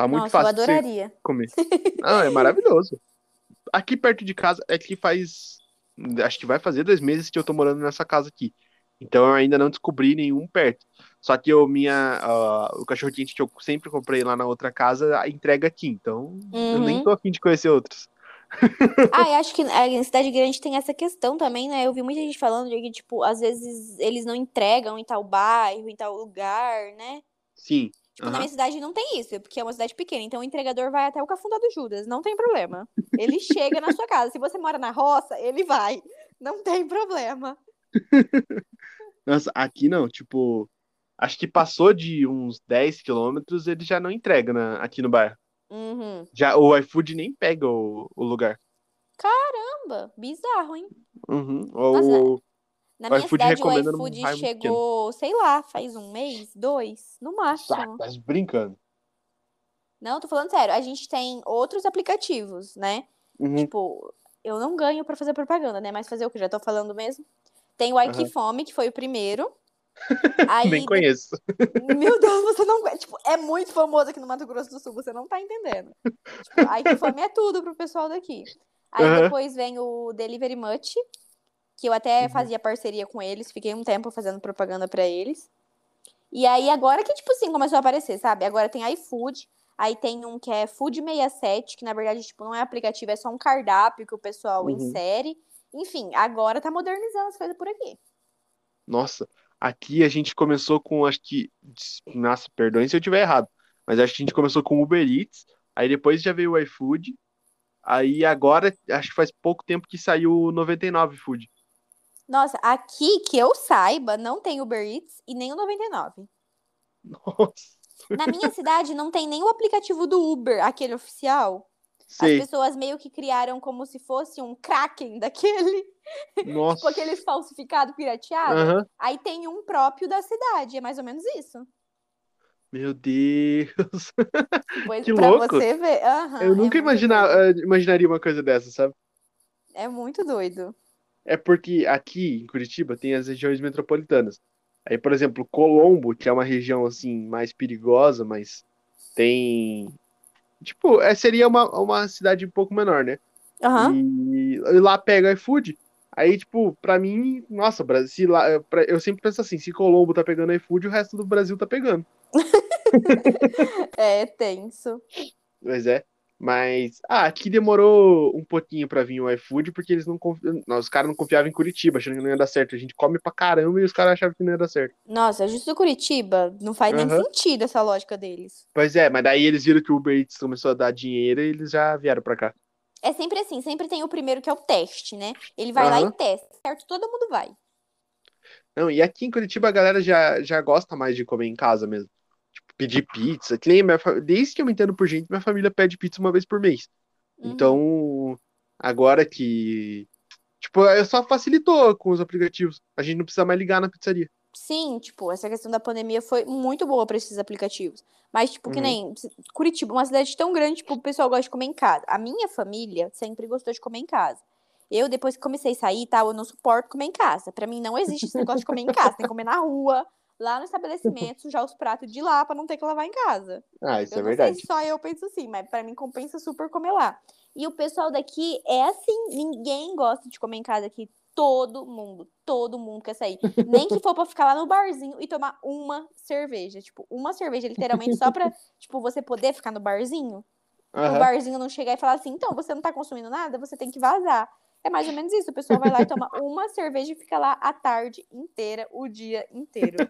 Tá muito Nossa, eu fácil de você adoraria. comer. Não, é maravilhoso. Aqui perto de casa, é que faz. Acho que vai fazer dois meses que eu tô morando nessa casa aqui. Então eu ainda não descobri nenhum perto. Só que eu, minha, ah, o cachorro-quente que eu sempre comprei lá na outra casa a entrega aqui. Então eu nem Uhum. tô afim de conhecer outros. Ah, eu acho que a em cidade grande tem essa questão também, né? Eu vi muita gente falando de que, tipo, às vezes eles não entregam em tal bairro, em tal lugar, né? Sim. Tipo, na minha Aham. cidade não tem isso, porque é uma cidade pequena. Então o entregador vai até o Cafundó do Judas, não tem problema. Ele chega na sua casa. Se você mora na roça, ele vai. Não tem problema. Nossa, aqui não, tipo, acho que passou de uns dez quilômetros, ele já não entrega na- aqui no bairro. Uhum. Já o iFood nem pega o, o lugar. Caramba, bizarro, hein? Uhum. Nossa, na, O, na o minha iFood cidade o recomenda num iFood raio muito pequeno. chegou, sei lá, faz um mês, dois, no Saco, máximo. tá brincando. Não, tô falando sério. A gente tem outros aplicativos, né? Uhum. Tipo, eu não ganho pra fazer propaganda, né? Mas fazer o que? Já tô falando mesmo. Tem o Aham. Aikifome, que foi o primeiro. Nem Aí, de- conheço. Meu Deus, você não. Tipo, é muito famoso aqui no Mato Grosso do Sul, você não tá entendendo. Tipo, Aikifome é tudo pro pessoal daqui. Aí Aham. depois vem o Delivery Much, que eu até Uhum. fazia parceria com eles, fiquei um tempo fazendo propaganda pra eles. E aí, agora que, tipo assim, começou a aparecer, sabe? Agora tem iFood, aí tem um que é Food sessenta e sete, que na verdade, tipo, não é aplicativo, é só um cardápio que o pessoal Uhum. insere. Enfim, agora tá modernizando as coisas por aqui. Nossa, aqui a gente começou com, acho que, nossa, perdoem se eu estiver errado, mas acho que a gente começou com Uber Eats, aí depois já veio o iFood, aí agora, acho que faz pouco tempo que saiu o noventa e nove Food. Nossa, aqui que eu saiba, não tem Uber Eats e nem o noventa e nove. Nossa, Na minha cidade não tem nem o aplicativo do Uber, aquele oficial. As sei. pessoas meio que criaram como se fosse um Kraken daquele, tipo aqueles Nossa. falsificado pirateado. Aham. Aí tem um próprio da cidade, é mais ou menos isso. Meu Deus. Pois, Que pra louco. você ver. Eu Aham, é nunca muito imagina, doido. eh, imaginaria uma coisa dessa, sabe? É muito doido. É porque aqui em Curitiba tem as regiões metropolitanas. Aí, por exemplo, Colombo, que é uma região assim mais perigosa, mas tem. Tipo, é, seria uma, uma cidade um pouco menor, né? Aham. E, e lá pega iFood. Aí, tipo, pra mim, nossa, Bra- se lá, pra- eu sempre penso assim: se Colombo tá pegando iFood, o resto do Brasil tá pegando. É tenso. Mas é. Mas, ah, aqui demorou um pouquinho pra vir o iFood, porque eles não confiam. Os caras não confiavam em Curitiba, achando que não ia dar certo. A gente come pra caramba e os caras achavam que não ia dar certo. Nossa, justo Curitiba, não faz nem Aham. sentido essa lógica deles. Pois é, mas daí eles viram que o Uber Eats começou a dar dinheiro e eles já vieram pra cá. É sempre assim, sempre tem o primeiro que é o teste, né? Ele vai lá e Aham. testa, certo? Todo mundo vai. Não, e aqui em Curitiba a galera já, já gosta mais de comer em casa mesmo. Tipo, pedir pizza. Que nem minha fa- Desde que eu me entendo por gente, minha família pede pizza uma vez por mês. Uhum. Então, agora que. Tipo, é só facilitou com os aplicativos. A gente não precisa mais ligar na pizzaria. Sim, tipo, essa questão da pandemia foi muito boa pra esses aplicativos. Mas, tipo, que Uhum. nem Curitiba, uma cidade tão grande, tipo, o pessoal gosta de comer em casa. A minha família sempre gostou de comer em casa. Eu, depois que comecei a sair e tal, eu não suporto comer em casa. Pra mim, não existe esse negócio de comer em casa. Tem que comer na rua, lá no estabelecimento, sujar os pratos de lá pra não ter que lavar em casa. Ah, isso Eu é não sei se verdade. só eu penso assim, mas pra mim compensa super comer lá. E o pessoal daqui é assim, ninguém gosta de comer em casa aqui. Todo mundo, todo mundo quer sair. Nem que for pra ficar lá no barzinho e tomar uma cerveja. Tipo, uma cerveja, literalmente, só pra, tipo, você poder ficar no barzinho. Pro Aham. barzinho não chegar e falar assim, então, você não tá consumindo nada, você tem que vazar. É mais ou menos isso. O pessoal vai lá e toma uma cerveja e fica lá a tarde inteira, o dia inteiro.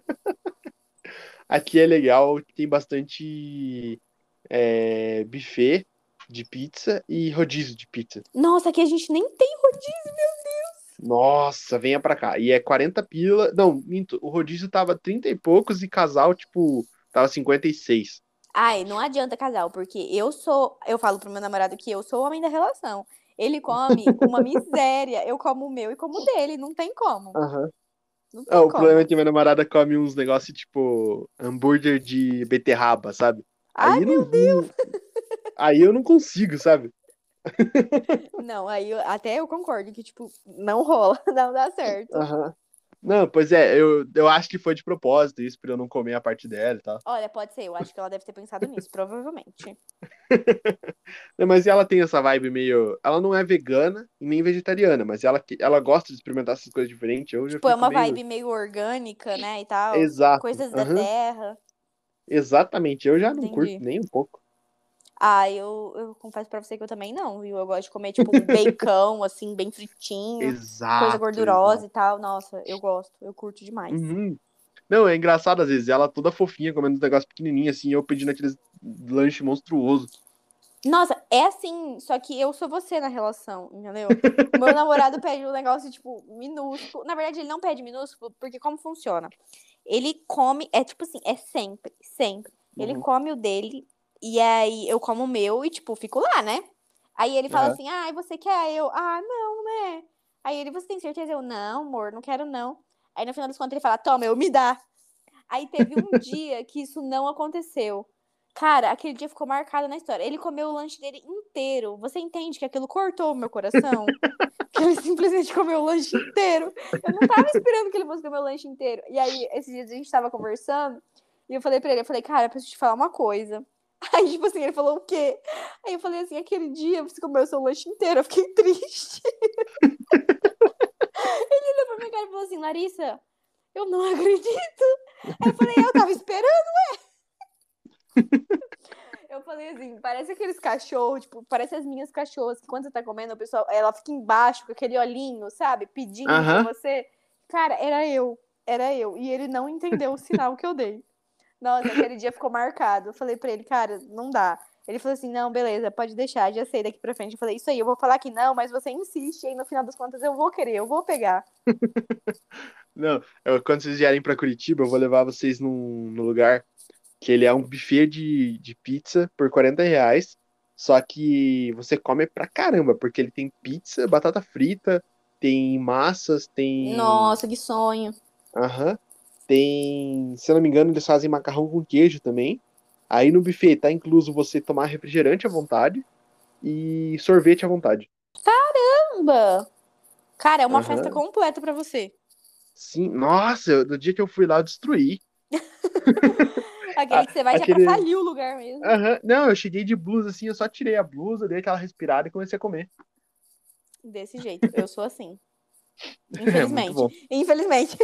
Aqui é legal, tem bastante é, buffet de pizza e rodízio de pizza. Nossa, aqui a gente nem tem rodízio. Nossa, venha pra cá. E é quarenta pila. Não, minto. O rodízio tava trinta e poucos e casal, tipo, tava cinquenta e seis. Ai, não adianta casal, porque eu sou. Eu falo pro meu namorado que eu sou o homem da relação. Ele come uma miséria, eu como o meu e como o dele. Não tem como. Aham. Não Ah, tem o problema é como. que minha namorada come uns negócios tipo hambúrguer de beterraba, sabe? Ai, Aí não, meu Deus! não- aí eu não consigo, sabe? Não, aí eu- até eu concordo que, tipo, não rola, não dá certo. Aham. Não, pois é, eu, eu acho que foi de propósito isso, pra eu não comer a parte dela e tal. Olha, pode ser, eu acho que ela deve ter pensado nisso, provavelmente. Não, mas ela tem essa vibe meio. Ela não é vegana e nem vegetariana, mas ela, que- ela gosta de experimentar essas coisas diferentes. Eu já Tipo, é fico uma meio. vibe meio orgânica, né, e tal. Exato. Coisas da Aham. terra. Exatamente. Eu já não curto Entendi. nem um pouco. Ah, eu, eu confesso pra você que eu também não, viu? Eu gosto de comer, tipo, um bacon, assim, bem fritinho, coisa Exato, gordurosa exato. e tal. Nossa, eu gosto, eu curto demais. Uhum. Não, é engraçado às vezes. Ela toda fofinha, comendo uns negócios pequenininhos, assim, eu pedindo aqueles lanche monstruoso. Nossa, é assim, só que eu sou você na relação, entendeu? O meu namorado pede um negócio, tipo, minúsculo. Na verdade, ele não pede minúsculo, porque como funciona? Ele come, é tipo assim, é sempre, sempre. Ele Uhum. come o dele, e aí eu como o meu e, tipo, fico lá, né? Aí ele fala Aham. assim, ah, você quer? Eu, ah, não, né? Aí ele, você tem certeza? Eu, não, amor, não quero não. Aí no final das contas ele fala, toma, eu me dá. Aí teve um dia que isso não aconteceu. Cara, aquele dia ficou marcado na história. Ele comeu o lanche dele inteiro. Você entende que aquilo cortou o meu coração? Que ele simplesmente comeu o lanche inteiro. Eu não tava esperando que ele fosse comer o lanche inteiro. E aí, esses dias a gente tava conversando. E eu falei pra ele, eu falei, cara, eu preciso te falar uma coisa. Aí, tipo assim, ele falou o quê? Aí eu falei assim, aquele dia você comeu o seu lanche inteiro. Eu fiquei triste. Ele olhou pra minha cara e falou assim, Larissa, eu não acredito. Aí eu falei, eu tava esperando. Eu falei assim, parece aqueles cachorros, tipo, parece as minhas cachorras, que quando você tá comendo, a pessoa, ela fica embaixo com aquele olhinho, sabe? Pedindo pra Aham. você. Cara, era eu. Era eu. E ele não entendeu o sinal que eu dei. Nossa, aquele dia ficou marcado. Eu falei pra ele, cara, não dá. Ele falou assim, não, beleza, pode deixar, já sei daqui pra frente. Eu falei, isso aí, eu vou falar que não, mas você insiste, e aí no final das contas eu vou querer, eu vou pegar. Não, eu- quando vocês vierem pra Curitiba, eu vou levar vocês num, num lugar que ele é um buffet de, de pizza por quarenta reais. Só que você come pra caramba, porque ele tem pizza, batata frita, tem massas, tem. Nossa, que sonho. Aham. Tem. Se eu não me engano, eles fazem macarrão com queijo também. Aí no buffet tá incluso você tomar refrigerante à vontade e sorvete à vontade. Caramba! Cara, é uma festa Aham. completa pra você. Sim, nossa, eu- no dia que eu fui lá, eu destruí. Aquele Ah, que você vai já pra aquele. falir o lugar mesmo. Aham. Não, eu cheguei de blusa assim, eu só tirei a blusa, dei aquela respirada e comecei a comer. Desse jeito. Eu sou assim. É muito Infelizmente. bom. Infelizmente.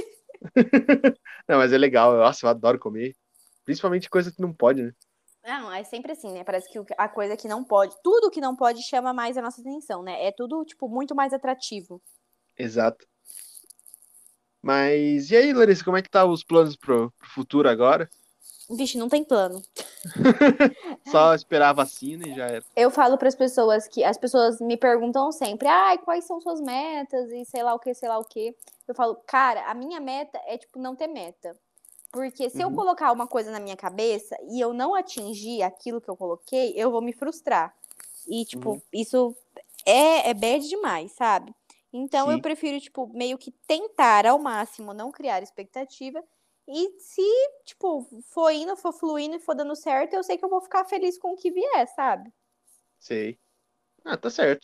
Não, mas é legal. Nossa, eu adoro comer. Principalmente coisa que não pode, né? Não, é sempre assim, né? Parece que o- a coisa que não pode, tudo que não pode chama mais a nossa atenção, né? É tudo, tipo, muito mais atrativo. Exato. Mas e aí, Larissa, como é que tá os planos pro, pro futuro agora? Vixe, não tem plano. Só esperar a vacina e já era. Eu falo para as pessoas que as pessoas me perguntam sempre, ai, quais são suas metas e sei lá o que, sei lá o que. Eu falo, cara, a minha meta é tipo não ter meta. Porque se eu Uhum, colocar uma coisa na minha cabeça e eu não atingir aquilo que eu coloquei, eu vou me frustrar. E, tipo, uhum, isso é, é bad demais, sabe? Então eu sim, prefiro, tipo, meio que tentar ao máximo não criar expectativa. E se, tipo, for indo, for fluindo e for dando certo, eu sei que eu vou ficar feliz com o que vier, sabe? sei. Ah, tá certo.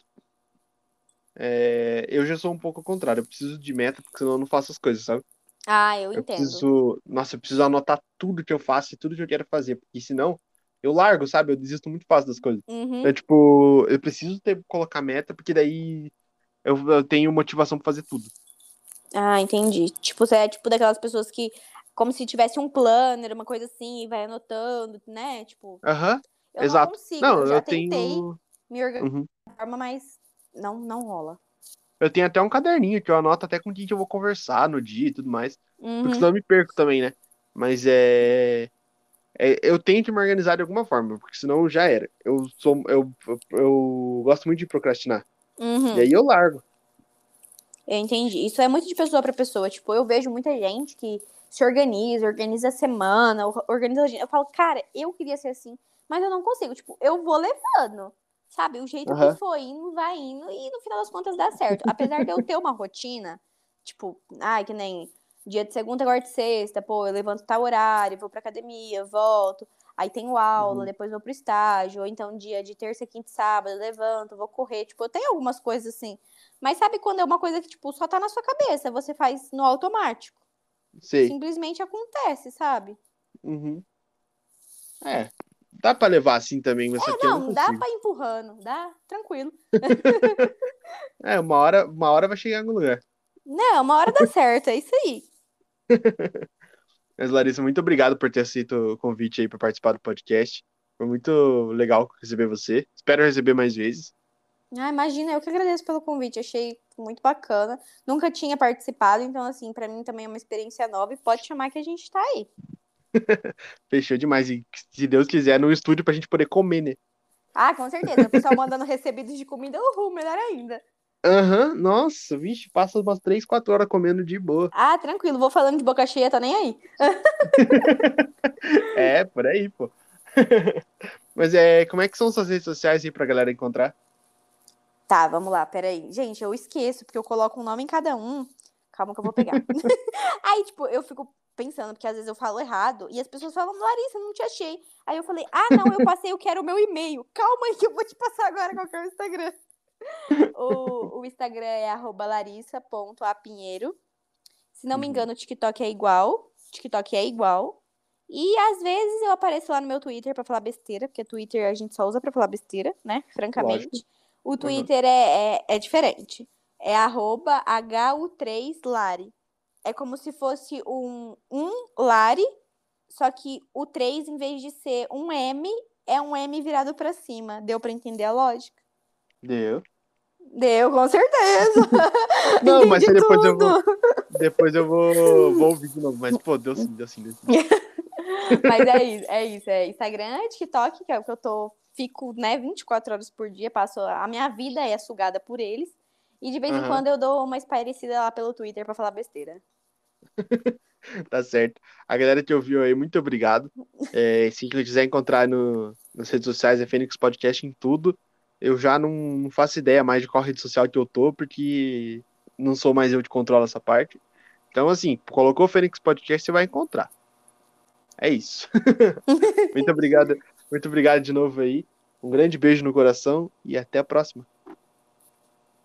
É, eu já sou um pouco ao contrário. Eu preciso de meta, porque senão eu não faço as coisas, sabe? Ah, eu Eu entendo. preciso. Nossa, eu preciso anotar tudo que eu faço e tudo que eu quero fazer. Porque senão eu largo, sabe? Eu desisto muito fácil das coisas. Uhum. Então, tipo, eu preciso ter, colocar meta, porque daí eu, eu tenho motivação pra fazer tudo. Ah, entendi. Tipo, você é tipo daquelas pessoas que, como se tivesse um planner, uma coisa assim, e vai anotando, né? Tipo, Aham, eu não exato. consigo. Não, Eu eu já tentei tenho. me organizar Uhum. de forma, mas não, não rola. Eu tenho até um caderninho que eu anoto até com quem que eu vou conversar no dia e tudo mais. Porque Uhum. senão eu me perco também, né? Mas é. É, eu tenho que me organizar de alguma forma, porque senão já era. Eu sou, eu, eu, eu gosto muito de procrastinar. E Uhum. aí eu largo. Eu entendi. Isso é muito de pessoa pra pessoa. Tipo, eu vejo muita gente que se organiza, organiza a semana, or- organiza o dia. Eu falo, cara, eu queria ser assim, mas eu não consigo. Tipo, eu vou levando. Sabe? O jeito que Aham. for indo, vai indo, e no final das contas dá certo. Apesar de eu ter uma rotina, tipo, ai, que nem. Dia de segunda, quarta e sexta, pô, eu levanto tal horário, vou pra academia, volto, aí tenho aula, Uhum. depois vou pro estágio, ou então dia de terça, quinta e sábado, eu levanto, vou correr, tipo, eu tenho algumas coisas assim. Mas sabe quando é uma coisa que, tipo, só tá na sua cabeça, você faz no automático? Sei. Simplesmente acontece, sabe? Uhum. É, dá pra levar assim também, mas só É, que eu não não, dá consigo. pra ir empurrando, dá, tranquilo. É, uma hora, uma hora vai chegar em algum lugar. Não, uma hora dá certo, é isso aí. Mas, Larissa, muito obrigado por ter aceito o convite aí para participar do podcast. Foi muito legal receber você. Espero receber mais vezes. Ah, imagina, eu que agradeço pelo convite, achei muito bacana. Nunca tinha participado, então, assim, pra mim também é uma experiência nova e pode chamar que a gente tá aí. Fechou demais. E se Deus quiser, no estúdio pra gente poder comer, né? Ah, com certeza. O pessoal mandando recebidos de comida, uhul, melhor ainda. Aham, nossa, vixe, passa umas três, quatro horas comendo de boa. Ah, tranquilo, vou falando de boca cheia, tá nem aí. É, por aí, pô. Mas é, como é que são suas redes sociais aí pra galera encontrar? Tá, vamos lá, peraí. Gente, eu esqueço, porque eu coloco um nome em cada um. Calma que eu vou pegar. Aí, tipo, eu fico pensando, porque às vezes eu falo errado, e as pessoas falam, Larissa, não te achei. Aí eu falei, ah, não, eu passei, eu quero o meu e-mail. Calma aí que eu vou te passar agora qual que é o Instagram. O, o Instagram é arroba larissa ponto apinheiro. Se não me Uhum, engano, o TikTok é igual. TikTok é igual. E às vezes eu apareço lá no meu Twitter pra falar besteira, porque Twitter a gente só usa pra falar besteira, né? lógico. Francamente. O Uhum. Twitter é, é, é diferente. É arroba H U três Lari. É como se fosse um, um Lari, só que o três em vez de ser um M, é um M virado pra cima. Deu pra entender a lógica? Deu. Deu, com certeza. Não, mas Entendi aí depois eu vou, tudo. depois eu vou, vou ouvir de novo. Mas, pô, deu sim, deu sim, deu sim. Mas é isso, é isso. É Instagram, TikTok, que é o que eu tô, fico, né, vinte e quatro horas por dia, passo, a minha vida é sugada por eles. E de vez em Aham, quando eu dou uma espairecida lá pelo Twitter pra falar besteira. tá certo. A galera que ouviu aí, muito obrigado. É, se quiser encontrar no, nas redes sociais, é Fênix Podcast em tudo. Eu já não, não faço ideia mais de qual rede social que eu tô, porque não sou mais eu que controlo essa parte. Então, assim, colocou Fênix Podcast, você vai encontrar. É isso. Muito obrigado, muito obrigado de novo aí. Um grande beijo no coração e até a próxima.